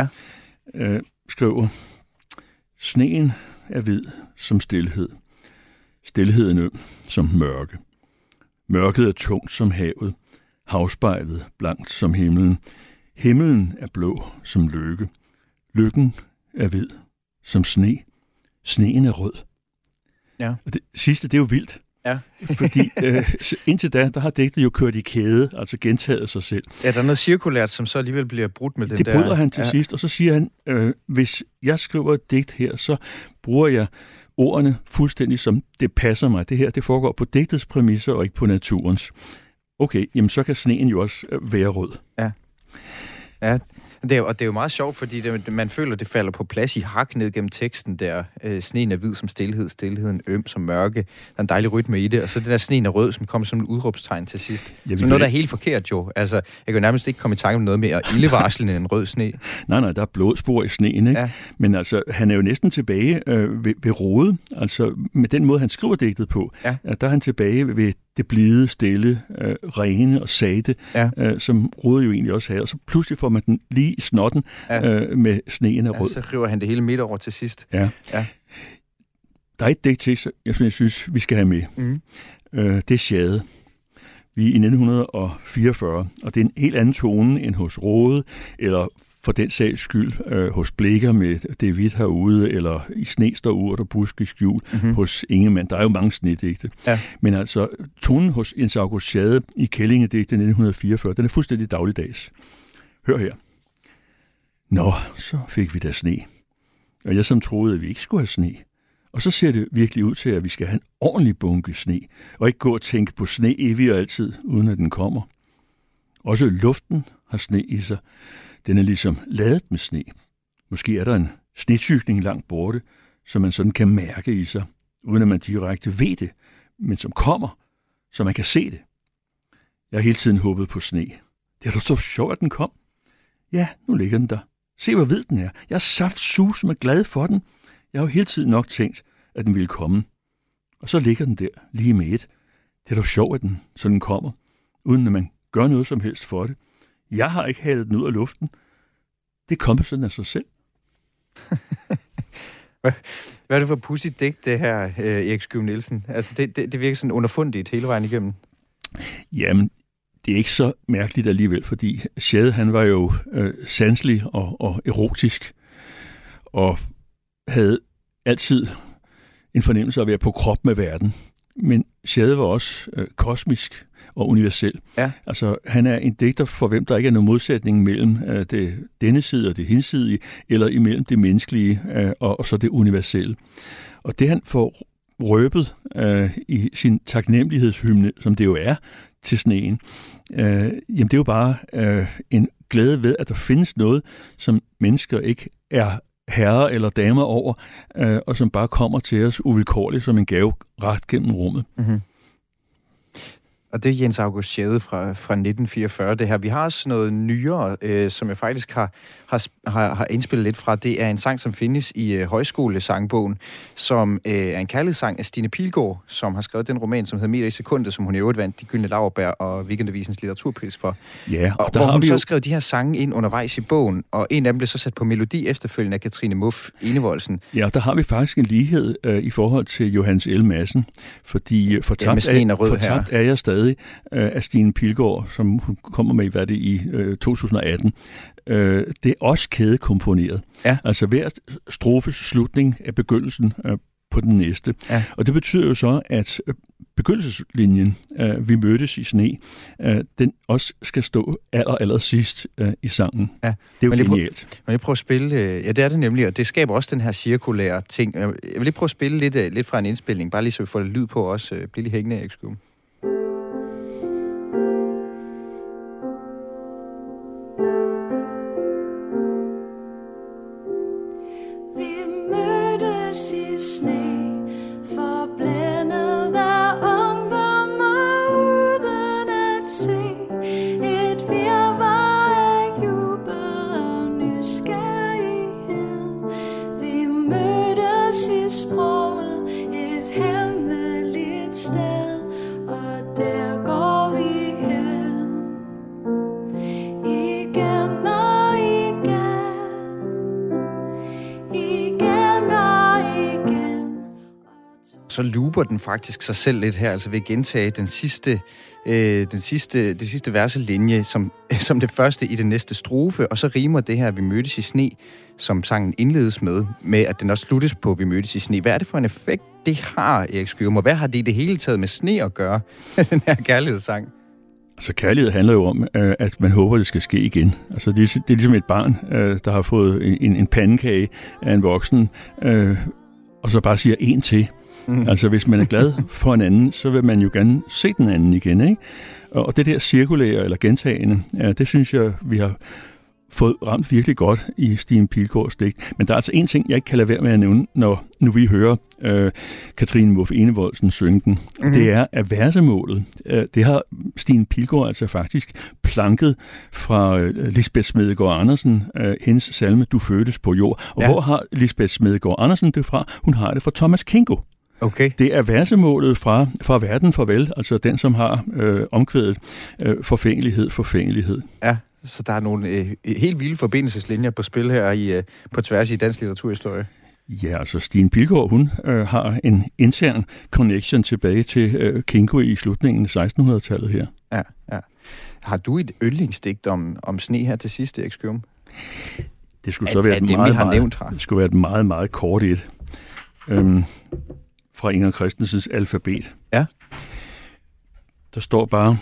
skriver: Sneen er hvid som stilhed. Stilheden øm som mørke. Mørket er tungt som havet. Havspejlet blankt som himlen. Himlen er blå som lykke. Lykken er hvid som sne. Sneen er rød. Ja. Og det sidste, det er jo vildt. Ja. Fordi indtil da, der har digtet jo kørt i kæde, altså gentaget sig selv. Ja, der er noget cirkulært, som så alligevel bliver brudt med den der... Det bryder han til sidst, og så siger han, hvis jeg skriver et digt her, så bruger jeg ordene fuldstændig som det passer mig. Det her, det foregår på digtets præmisser og ikke på naturens. Okay, jamen så kan sneen jo også være rød. Ja. Ja. Det er jo meget sjovt, fordi man føler, det falder på plads i hak ned gennem teksten der. Sneen er hvid som stilhed, stilheden øm som mørke. Der er en dejlig rytme i det, og så det der sneen er rød, som kommer som et udråbstegn til sidst. Så noget, der er helt forkert jo. Altså, jeg kan jo nærmest ikke komme i tanke om noget mere ildevarslende end en rød sne. Nej, der er blodspor i sneen, ikke? Ja. Men altså, han er jo næsten tilbage ved Rode. Altså, med den måde, han skriver digtet på, der er han tilbage ved det blide, stille, rene og sate, som Rode jo egentlig også havde. Og så pludselig får man den lige i snotten med sneen af rød. Så river han det hele midt over til sidst. Ja. Der er et digt til, jeg synes, vi skal have med. Det er Schade. Vi er i 1944, og det er en helt anden tone end hos Rode, eller for den sags skyld hos Blikker med Det hvidt herude, eller I sne står urt og busk i skjul hos Ingemann. Der er jo mange snedigte. Ja. Men altså, tonen hos Jens August Schade i Kællingedigte 1944, den er fuldstændig dagligdags. Hør her. Nå, så fik vi da sne. Og jeg som troede, at vi ikke skulle have sne. Og så ser det virkelig ud til, at vi skal have en ordentlig bunke sne, og ikke gå og tænke på sne evigt og altid, uden at den kommer. Også luften har sne i sig. Den er ligesom ladet med sne. Måske er der en snetykning langt borte, som man sådan kan mærke i sig, uden at man direkte ved det, men som kommer, så man kan se det. Jeg har hele tiden håbet på sne. Det er da så sjovt, at den kom. Ja, nu ligger den der. Se, hvor hvid den er. Jeg er saftsusende glad for den. Jeg har jo hele tiden nok tænkt, at den ville komme. Og så ligger den der, lige med et. Det er da sjovt, at den sådan kommer, uden at man gør noget som helst for det. Jeg har ikke halet den ud af luften. Det kommer sådan af sig selv. Hvad er det for pudsigt digt, det her, Ekskjum Nielsen? Altså, det virker sådan underfundigt hele vejen igennem. Jamen, det er ikke så mærkeligt alligevel, fordi Schade, han var jo sanselig og erotisk, og havde altid en fornemmelse af at være på krop med verden. Men Schade var også kosmisk og universel. Ja. Altså, han er en digter, for hvem der ikke er nogen modsætning mellem denne side og det hinsidige, eller imellem det menneskelige og så det universelle. Og det han får røbet i sin taknemmelighedshymne, som det jo er, til sneen, jamen det er jo bare en glæde ved, at der findes noget, som mennesker ikke er herrer eller damer over, og som bare kommer til os uvilkårligt som en gave ret gennem rummet. Mm-hmm. Og det er Jens August Schade fra 1944, det her. Vi har også noget nyere, som jeg faktisk har indspillet lidt fra. Det er en sang, som findes i højskolesangbogen, som er en kærlighedssang af Stine Pilgaard, som har skrevet den roman, som hedder Meter i sekundet, som hun i øvrigt vandt De Gyldne Laurbær og Weekendavisens litteraturpris for. Ja, og hvor hun så skrev de her sange ind undervejs i bogen, og en af dem blev så sat på melodi efterfølgende af Katrine Muff Enevoldsen. Ja, der har vi faktisk en lighed i forhold til Johannes L. Madsen, fordi fortabt er jeg stadig af Stine Pilgaard, som hun kommer med i 2018. Det er også kædekomponeret. Ja. Altså hver strofes slutning er begyndelsen på den næste. Ja. Og det betyder jo så, at begyndelseslinjen, vi mødtes i sne, den også skal stå aller sidst i sangen. Ja. Det er jo genialt. Men jeg prøver at spille... Ja, det er det nemlig, og det skaber også den her cirkulære ting. Jeg vil lige prøve at spille lidt fra en indspilning, bare lige så vi får lidt lyd på også. Bliv lige hængende, Erik Skjum. Så looper den faktisk sig selv lidt her, altså ved at gentage det sidste verselinje som det første i den næste strofe, og så rimer det her, vi mødtes i sne, som sangen indledes med at den også sluttes på, vi mødtes i sne. Hvad er det for en effekt, det har, Erik Skjum, og hvad har det i det hele taget med sne at gøre, den her kærlighedssang? Altså kærlighed handler jo om, at man håber, det skal ske igen. Altså det er ligesom et barn, der har fået en pandekage af en voksen, og så bare siger en til. Altså, hvis man er glad for en anden, så vil man jo gerne se den anden igen, ikke? Og det der cirkulære eller gentagende, det synes jeg, vi har fået ramt virkelig godt i Stine Pilgaards digt. Men der er altså en ting, jeg ikke kan lade være med at nævne, når nu vi hører Katrine Muff Enevoldsen synge den. Det er, at versemålet, det har Stine Pilgaard altså faktisk planket fra Lisbeth Smedegaard Andersen, hendes salme, Du fødtes på jord. Og hvor har Lisbeth Smedegaard Andersen det fra? Hun har det fra Thomas Kingo. Okay. Det er versemålet fra Verden farvel, altså den, som har omkvædet forfængelighed. Ja, så der er nogle helt vilde forbindelseslinjer på spil her på tværs i dansk litteraturhistorie. Ja, altså Stine Pilgaard, hun har en intern connection tilbage til Kingo i slutningen af 1600-tallet her. Ja. Har du et yndlingsdigt om sne her til sidst, Erik Skjum? Det skulle så være et meget, meget kort et. Fra Inger Christensens alfabet. Ja. Der står bare,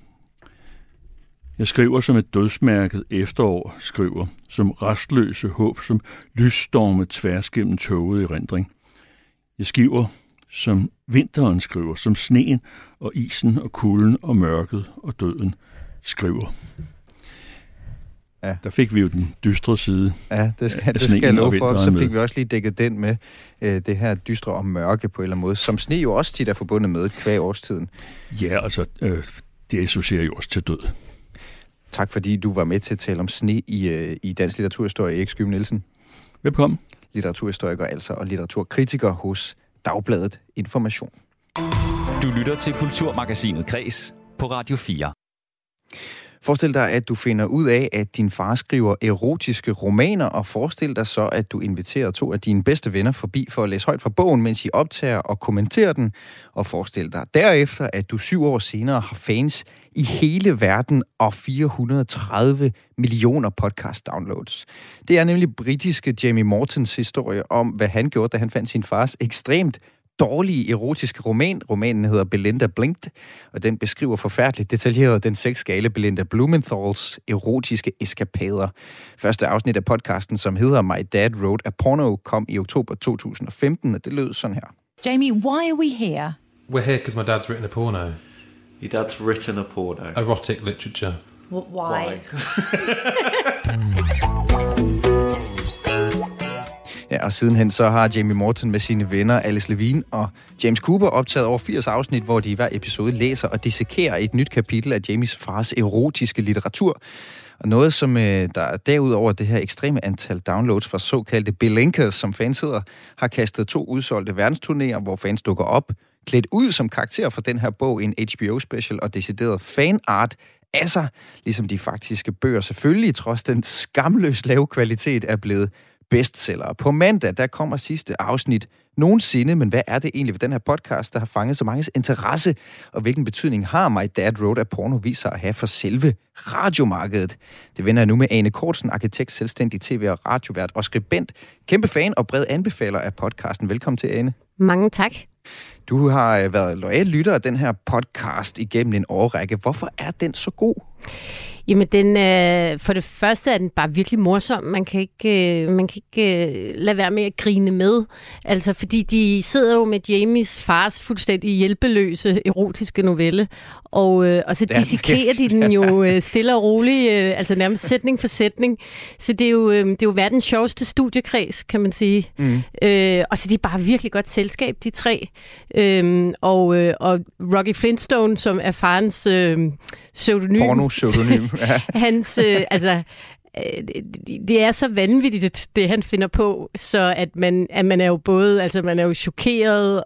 jeg skriver som et dødsmærket efterår, skriver, som restløse håb, som lysstorme tværs gennem tåget erindring. Jeg skriver, som vinteren skriver, som sneen og isen og kulden og mørket og døden skriver. Ja. Der fik vi jo den dystre side. Ja, det skal jeg love for. Så fik vi også lige dækket den med det her dystre og mørke på en eller anden måde, som sne jo også tit er forbundet med kvæg årstiden. Ja, altså, det associerer jo også til død. Tak fordi du var med til at tale om sne i dansk litteraturhistorie, Erik Skjum Nielsen. Velkommen. Litteraturhistoriker altså, og litteraturkritiker hos Dagbladet Information. Du lytter til Kulturmagasinet Kres på Radio 4. Forestil dig, at du finder ud af, at din far skriver erotiske romaner, og forestil dig så, at du inviterer 2 af dine bedste venner forbi for at læse højt fra bogen, mens I optager og kommenterer den. Og forestil dig derefter, at du 7 år senere har fans i hele verden og 430 millioner podcast-downloads. Det er nemlig britiske Jamie Mortons historie om, hvad han gjorde, da han fandt sin fars ekstremt dårlige erotiske roman. Romanen hedder Belinda Blinked, og den beskriver forfærdeligt detaljeret den sexgale Belinda Blumenthal's erotiske eskapader. Første afsnit af podcasten, som hedder My Dad Wrote a Porno, kom i oktober 2015, og det lød sådan her. Jamie, why are we here? We're here because my dad's written a porno. Your dad's written a porno? Erotic literature. Why? Ja, Ja, og sidenhen så har Jamie Morton med sine venner Alice Levine og James Cooper optaget over 80 afsnit, hvor de i hver episode læser og dissekerer et nyt kapitel af Jamies fars erotiske litteratur. Og noget, som der derudover det her ekstreme antal downloads fra såkaldte Belinkers, som fans hedder, har kastet 2 udsolgte verdensturnéer, hvor fans dukker op, klædt ud som karakter fra den her bog, en HBO-special og decideret fanart af sig, ligesom de faktiske bøger selvfølgelig, trods den skamløst lave kvalitet, er blevet bestseller. På mandag, der kommer sidste afsnit nogensinde, men hvad er det egentlig ved den her podcast, der har fanget så manges interesse, og hvilken betydning har My Dad Wrote a Porno vist sig at have for selve radiomarkedet? Det vender jeg nu med Ane Kortsen, arkitekt, selvstændig tv- og radiovært og skribent, kæmpe fan og bred anbefaler af podcasten. Velkommen til, Ane. Mange tak. Du har været loyal lytter af den her podcast igennem en årrække. Hvorfor er den så god? Jamen, for det første er den bare virkelig morsom. Man kan ikke lade være med at grine med. Altså, fordi de sidder jo med Jamies fars fuldstændig hjælpeløse erotiske novelle, og så dissekerer de den jo stille og roligt, altså nærmest sætning for sætning. Så det er jo verdens sjoveste studiekreds, kan man sige. Og så de er bare virkelig godt selskab, de 3. Og Rocky Flintstone, som er farens pseudonym. Porno-pseudonym. Hans, det er så vanvittigt, det han finder på, så at man er jo både, altså man er jo chokeret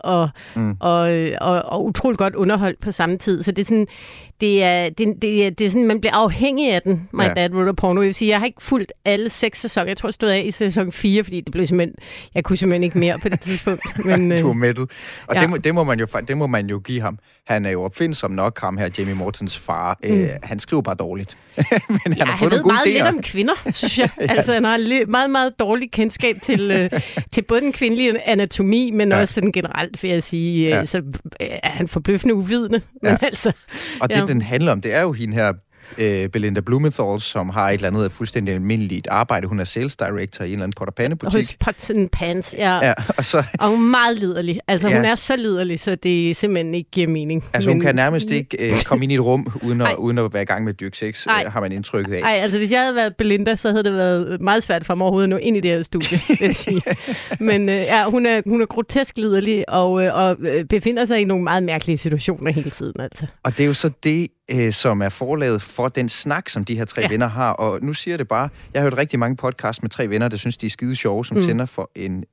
og utroligt godt underholdt på samme tid. Så det er sådan, det er sådan, man bliver afhængig af den, My Dad Wrote a Porno. Jeg vil sige, jeg har ikke fulgt alle 6 sæsoner. Jeg tror, jeg stod af i sæson 4, fordi det blev jeg kunne simpelthen ikke mere på det tidspunkt. Men, du er mættet. Og det må man jo give ham. Han er jo opfindsom nok, ham her, Jamie Mortons far. Han skriver bare dårligt. Men han har fået nogle gode meget idéer. Lidt om kvinder, synes jeg. Altså, han har meget, meget dårlig kendskab til både den kvindelige anatomi, men også sådan generelt, vil jeg sige, så er han forbløffende uvidende. Men altså, og det, den handler om, det er jo hende her, Belinda Blumenthal, som har et eller andet fuldstændig almindeligt arbejde. Hun er sales director i en eller anden pot-og-pande-butik. Hos Pots and Pans, ja. Og hun er meget liderlig. Altså, hun er så liderlig, så det simpelthen ikke giver mening. Altså, hun kan nærmest ikke komme ind i et rum, uden at være i gang med dyk sex, har man indtrykket af. Nej, altså, hvis jeg havde været Belinda, så havde det været meget svært for mig overhovedet at nå ind i det her studie, vil jeg sige. Men hun er grotesk liderlig, og befinder sig i nogle meget mærkelige situationer hele tiden, altså. Og det er jo så det, som er forlaget for den snak, som de her 3 venner har. Og nu siger jeg det bare, jeg har hørt rigtig mange podcasts med 3 venner, der synes, de er skide sjove, som tænder for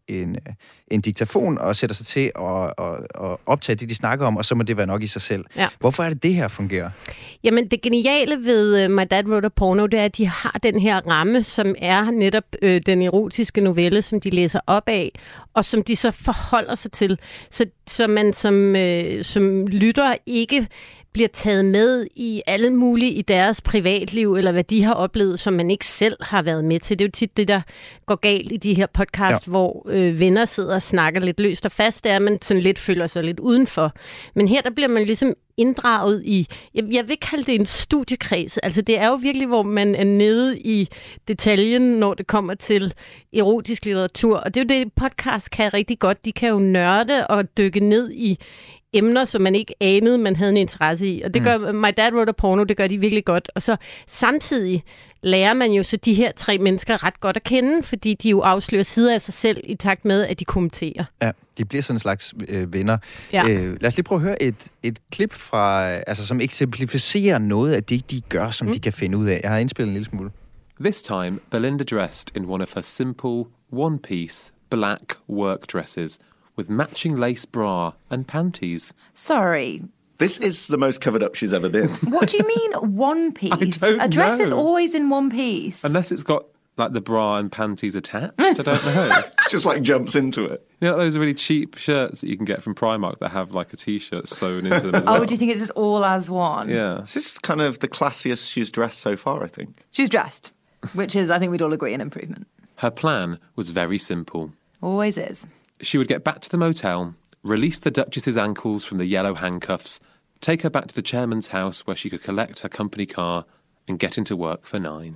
en diktafon og sætter sig til at optage det, de snakker om, og så må det være nok i sig selv. Ja. Hvorfor er det her fungerer? Jamen, det geniale ved My Dad Wrote a Porno, det er, at de har den her ramme, som er netop den erotiske novelle, som de læser op af, og som de så forholder sig til. Så man som lytter ikke bliver taget med i alle mulige i deres privatliv, eller hvad de har oplevet, som man ikke selv har været med til. Det er jo tit det, der går galt i de her podcast, hvor venner sidder og snakker lidt løst og fast, det er, at man sådan lidt føler sig lidt udenfor. Men her, der bliver man ligesom inddraget i, jeg vil ikke kalde det en studiekreds, altså det er jo virkelig, hvor man er nede i detaljen, når det kommer til erotisk litteratur, og det er jo det, podcast kan rigtig godt. De kan jo nørde og dykke ned i emner, som man ikke anede, man havde en interesse i. Og det gør My Dad Wrote a Porno, det gør de virkelig godt. Og så samtidig lærer man jo så de her 3 mennesker ret godt at kende, fordi de jo afslører sider af sig selv i takt med, at de kommenterer. Ja, de bliver sådan en slags venner. Ja. Lad os lige prøve at høre et klip fra, altså, som eksemplificerer noget af det, de gør, som de kan finde ud af. Jeg har indspillet en lille smule. This time, Belinda dressed in one of her simple, one-piece, black work dresses with matching lace bra and panties. Sorry. This is the most covered up she's ever been. What do you mean one piece? I don't A dress know. is always in one piece. Unless it's got like the bra and panties attached. I don't know. It's just like jumps into it. You know those really cheap shirts that you can get from Primark that have like a t-shirt sewn into them as well? Oh, do you think it's just all as one? Yeah. This is kind of the classiest she's dressed so far, I think. She's dressed, which is, I think we'd all agree, an improvement. Her plan was very simple. Always is. She would get back to the motel, release the Duchess's ankles from the yellow handcuffs, take her back to the chairman's house where she could collect her company car and get into work for 9.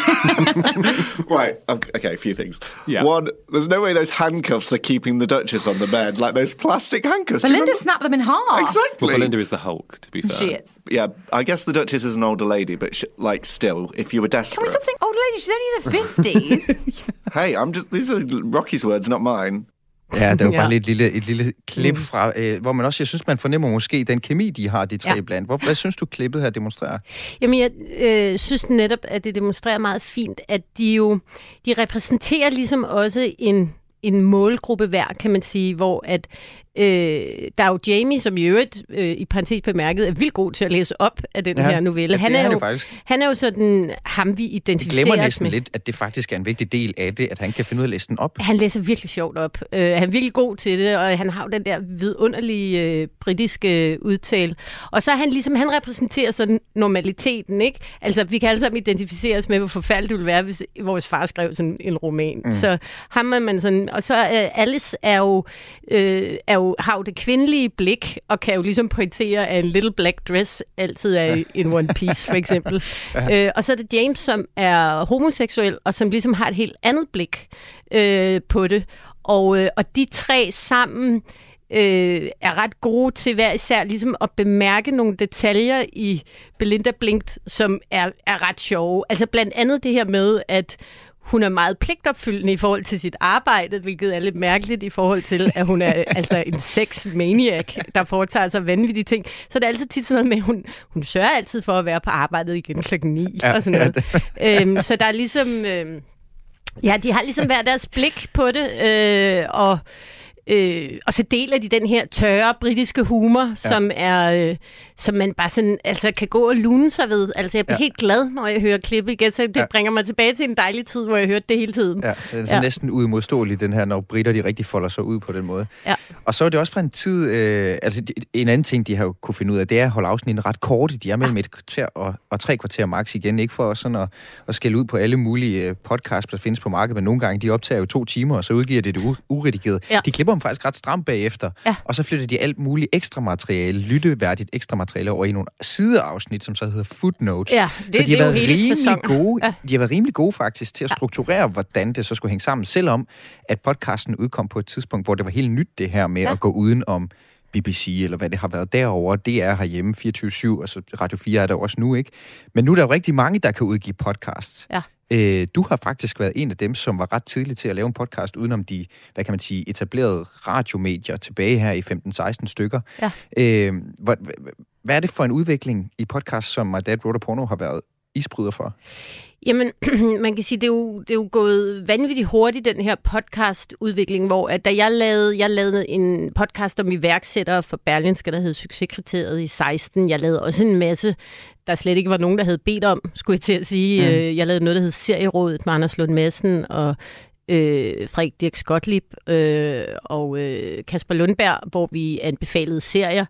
Right, okay, a few things. Yeah. One, there's no way those handcuffs are keeping the Duchess on the bed, like those plastic handcuffs. Belinda snapped them in half. Exactly. Well, Belinda is the Hulk, to be fair. She is. Yeah, I guess the Duchess is an older lady, but like still, if you were desperate... Can we stop saying older lady? She's only in her 50s. Hey, these are Rocky's words, not mine. Ja, der er jo bare et lille klip fra, hvor man også, jeg synes, man fornemmer måske den kemi, de har, de tre blandt. Hvad synes du, klippet her demonstrerer? Jamen, jeg synes netop, at det demonstrerer meget fint, at de repræsenterer ligesom også en målgruppe hver, kan man sige, hvor at der er jo Jamie, som i øvrigt, i parentes bemærket, er vildt god til at læse op af den her novelle. Han er jo sådan ham, vi identificerer med. Glemmer næsten lidt, at det faktisk er en vigtig del af det, at han kan finde ud af at læse den op. Han læser virkelig sjovt op. Han er virkelig god til det, og han har jo den der vidunderlige britiske udtale. Og så er han ligesom, han repræsenterer sådan normaliteten, ikke? Altså, vi kan alle sammen identificere os med, hvor forfærdeligt det ville være, hvis vores far skrev sådan en roman. Så ham er man sådan, og så Alice har jo det kvindelige blik, og kan jo ligesom pointere, at en little black dress altid er in one piece, for eksempel. Og så er det James, som er homoseksuel, og som ligesom har et helt andet blik på det. Og de tre sammen er ret gode til hver især ligesom at bemærke nogle detaljer i Belinda Blinkt, som er ret sjove. Altså blandt andet det her med, at hun er meget pligtopfyldende i forhold til sit arbejde, hvilket er lidt mærkeligt i forhold til, at hun er altså en sex-maniac, der foretager sig vanvittige ting. Så det er altid tit sådan noget med, at hun sørger altid for at være på arbejdet igen 9:00 og sådan noget. Så der er ligesom... de har ligesom hver deres blik på det, og så deler de den her tørre britiske humor, som man bare sådan, altså kan gå og lune sig ved. Altså jeg bliver helt glad, når jeg hører klippet igen, så det bringer mig tilbage til en dejlig tid, hvor jeg hørte det hele tiden. Ja, det er næsten uimodståeligt, den her, når britter de rigtig folder sig ud på den måde. Ja. Og så er det også fra en tid, altså en anden ting, de har jo kunne finde ud af, det er at holde afsnitten ret korte. De er mellem et kvarter og 3 kvarter max igen, ikke for sådan at skælde ud på alle mulige podcasts, der findes på markedet, men nogle gange, de optager jo 2 timer, og så udgiver det uredigeret. Ja. De klipper dem faktisk ret stramt bagefter, og så flytter de alt muligt ekstra materiale, lytteværdigt ekstra materiale over i nogle sideafsnit, som så hedder footnotes. Ja, så de har været rimelig gode. Ja. De har været rimelig gode faktisk til at strukturere, hvordan det så skulle hænge sammen, selvom at podcasten udkom på et tidspunkt, hvor det var helt nyt det her med at gå uden om BBC, eller hvad det har været derovre. Det er herhjemme 24/7, og så Radio 4 er der også nu, ikke? Men nu er der jo rigtig mange, der kan udgive podcasts. Ja. Du har faktisk været en af dem, som var ret tidlig til at lave en podcast udenom de, hvad kan man sige, etablerede radiomedier tilbage her i 15-16 stykker. Ja. Hvad er det for en udvikling i podcast, som My Dad Wrote a Porno har været isbryder for? Jamen, man kan sige, det er jo gået vanvittigt hurtigt, den her podcastudvikling, hvor at da jeg lavede en podcast om iværksættere for Berlingske, der hed Succeskriteriet i 16. Jeg lavede også en masse, der slet ikke var nogen, der havde bedt om, skulle jeg til at sige. Jeg lavede noget, der hed Serierådet med Anders Lund Madsen og Frederik Dirk Skotlib og Kasper Lundberg, hvor vi anbefalede serier.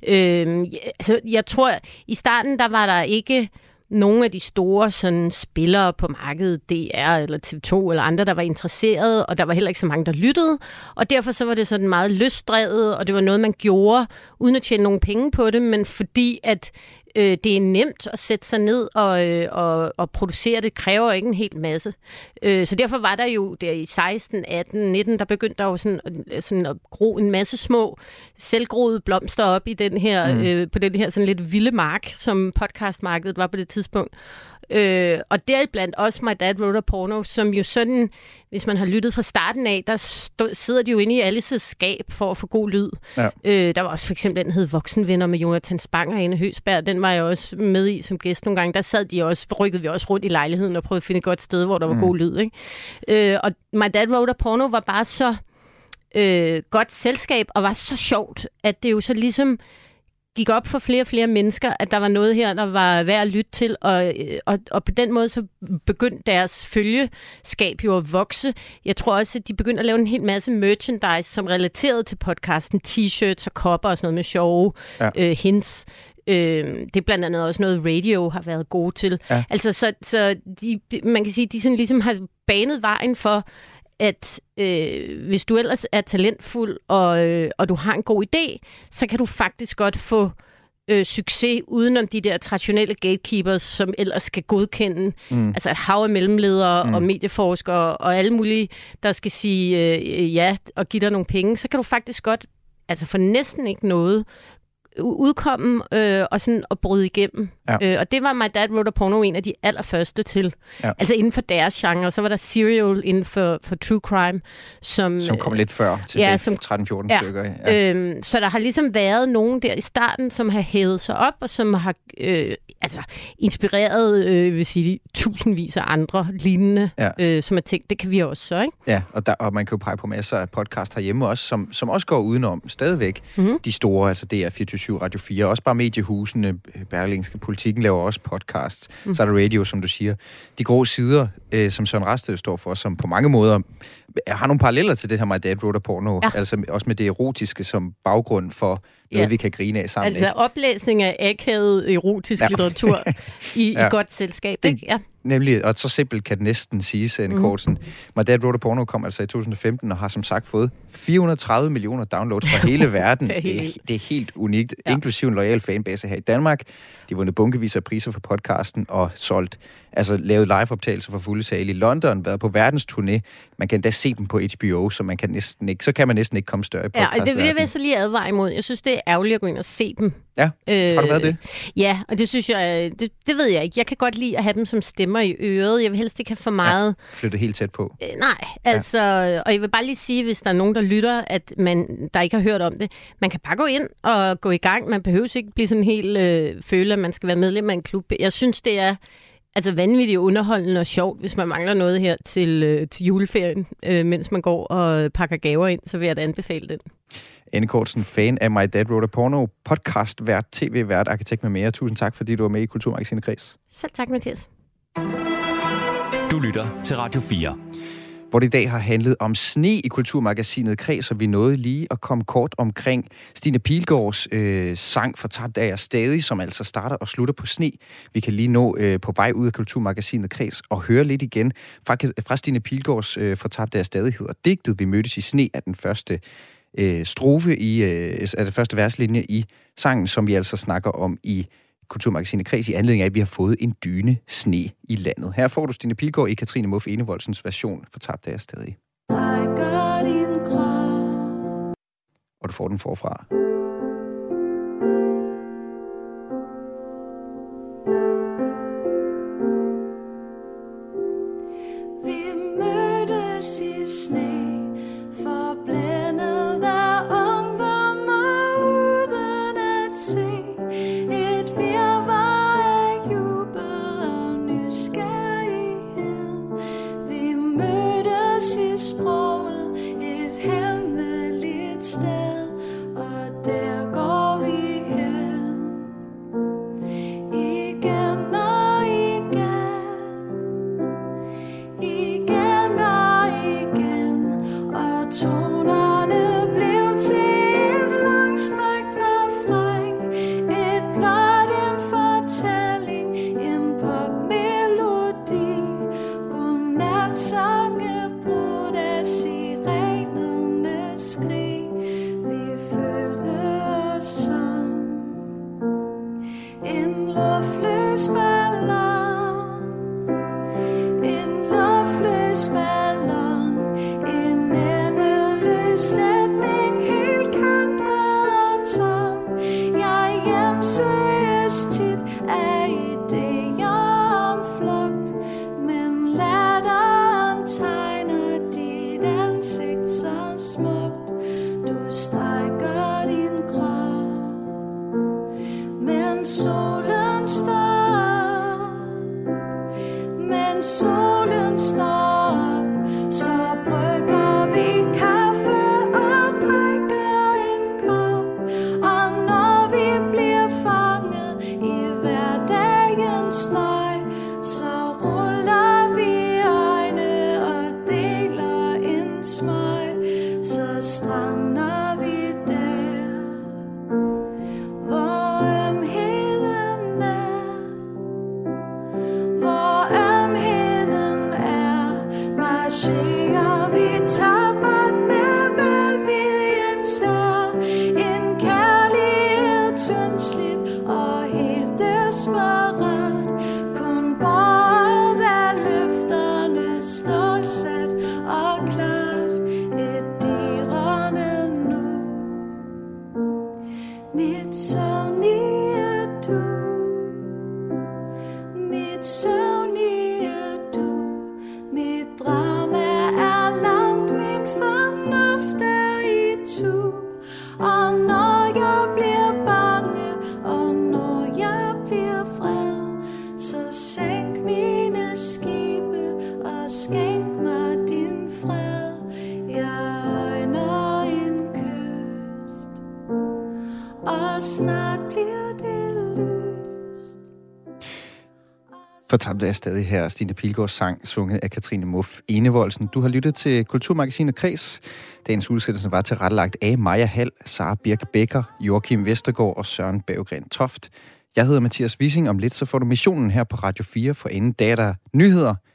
Altså, jeg tror, i starten, der var der ikke nogle af de store sådan, spillere på markedet, DR eller TV2 eller andre, der var interesserede, og der var heller ikke så mange, der lyttede. Og derfor så var det sådan meget lystdrevet, og det var noget, man gjorde, uden at tjene nogle penge på det, men fordi at det er nemt at sætte sig ned og producere det, kræver ikke en hel masse. Så derfor var der jo der i 16, 18, 19, der begyndte der jo sådan at gro en masse små selvgroede blomster op i den her, på den her sådan lidt vilde mark, som podcastmarkedet var på det tidspunkt. Og deriblandt også My Dad Wrote a Porno, som jo sådan, hvis man har lyttet fra starten af, der sidder de jo inde i Alices skab for at få god lyd. Ja. Der var også for eksempel den hed Voksenvenner med Jonathan Spang og Ane Høgsberg. Den var jeg også med i som gæst nogle gange. Der sad de også, rykkede vi også rundt i lejligheden og prøvede at finde et godt sted, hvor der var god lyd. Ikke? Og My Dad Wrote a Porno var bare så godt selskab og var så sjovt, at det jo så ligesom gik op for flere og flere mennesker, at der var noget her, der var værd at lytte til, og på den måde så begyndte deres følgeskab jo at vokse. Jeg tror også, at de begyndte at lave en hel masse merchandise, som relaterede til podcasten, t-shirts og kopper og sådan noget med sjove hints. Det er blandt andet også noget, radio har været gode til. Ja. Altså, så man kan sige, de sådan ligesom har banet vejen for, at hvis du ellers er talentfuld, og du har en god idé, så kan du faktisk godt få succes udenom de der traditionelle gatekeepers, som ellers skal godkende. Altså et hav af mellemledere og medieforskere og alle mulige, der skal sige ja og give dig nogle penge. Så kan du faktisk godt, altså for næsten ikke noget, udkomme og sådan at bryde igennem. Ja. Og det var My Dad Wrote a Porno en af de allerførste til. Ja. Altså inden for deres genre. Så var der Serial inden for true crime. Som kom lidt før til 13-14 stykker. Ja. Så der har ligesom været nogen der i starten, som har hævet sig op, og som har inspireret vil sige, tusindvis af andre lignende, som har tænkt, det kan vi også så, ikke? Ja, og man kan jo pege på masser af podcast herhjemme også, som også går udenom stadigvæk. De store, altså DR24, Radio 4, også bare mediehusene, Berlingske, Politikken laver også podcasts. Så er der radio, som du siger. De grå sider, som Søren Rasted står for, som på mange måder har nogle paralleller til det her My Dad Wrote a Porno. Ja. Altså også med det erotiske som baggrund for noget, vi kan grine af sammen. Altså oplæsning af akavet erotisk litteratur i godt selskab, ikke? Ja. Nemlig, og så simpelt kan det næsten siges, Anne Kortsen. My Dad Wrote a Porno kom altså i 2015 og har som sagt fået 430 millioner downloads fra hele verden. Det er helt unikt, inklusive en loyal fanbase her i Danmark. De vundet bunkevis af priser for podcasten og lavet liveoptagelser for fulde sale i London, været på verdensturné. Man kan endda se dem på HBO, så man kan næsten ikke komme større i podcastverden. Ja, og det vil jeg så lige advare imod. Jeg synes, det er ærgerligt at gå ind og se dem. Ja, har du været det? Ja, og det synes jeg, det ved jeg ikke. Jeg kan godt lide at have dem som stemmer i øret. Jeg vil helst ikke have for meget... Ja, flytte helt tæt på. Nej, altså... Og jeg vil bare lige sige, hvis der er nogen, der lytter, at der ikke har hørt om det, man kan bare gå ind og gå i gang. Man behøver ikke blive sådan helt føle, at man skal være medlem af en klub. Jeg synes, det er vanvittigt underholdende og sjovt, hvis man mangler noget her til juleferien, mens man går og pakker gaver ind, så vil jeg da anbefale den. Anne Kortsen, fan af My Dad Wrote a Porno, podcast, vært, tv-vært, arkitekt med mere. Tusind tak, fordi du var med i Kulturmagasinet Kreds. Selv tak, Mathias. Du lytter til Radio 4. Hvor det i dag har handlet om sne i Kulturmagasinet Kreds, og vi nåede lige at komme kort omkring Stine Pilgaards sang Fortabt er jeg stadig, som altså starter og slutter på sne. Vi kan lige nå på vej ud af Kulturmagasinet Kreds og høre lidt igen fra Stine Pilgaards Fortabt er jeg stadig hedder digtet. Vi mødtes i sne af den første strofe af det første verslinje i sangen, som vi altså snakker om i Kulturmagasinet Kreds i anledning af, at vi har fået en dyne sne i landet. Her får du Stine Pilgaard i Katrine Muff Enevoldsens version Fortabt er jeg stadig. Og du får den forfra. Vi mødtes i sne, forblændet af ungdom og uden at se. Sproget et hemmeligt sted, og der går vi hen igen og igen, igen og igen, og tonerne blev til et langstrakt refræn, et blot en fortælling, en popmelodi, godnatsange. Skrig, vi følte os som en luftløs ballon, en luftløs ballon, en endeløs sætning, helt kantret og tom. Jeg hjemsøges tit af idéer om flugt, men latteren tegner dit ansigt så smukt. Du strækker din krop, men solen står, så brygger vi kaffe og drikker en kop, og når vi bliver fanget i hverdagens støj, så ruller vi øjne og deler en smøg, så strander vi der, hvor ømheden er, marcherer vi tappert med velviljens hær, en kærlighed tyndsligt og helt desperat, kun båret af løfterne, stålsat og klart, et dirrende nu. Mit Fortabte er stadig her. Stine Pilgaards sang, sunget af Katrine Muff Enevoldsen. Du har lyttet til Kulturmagasinet Kreds. Dagens udsættelse var tilrettelagt af Maja Hall, Sara Birk Becker, Joachim Vestergaard og Søren Berggren Toft. Jeg hedder Mathias Wissing. Om lidt så får du missionen her på Radio 4, for inden da er der nyheder.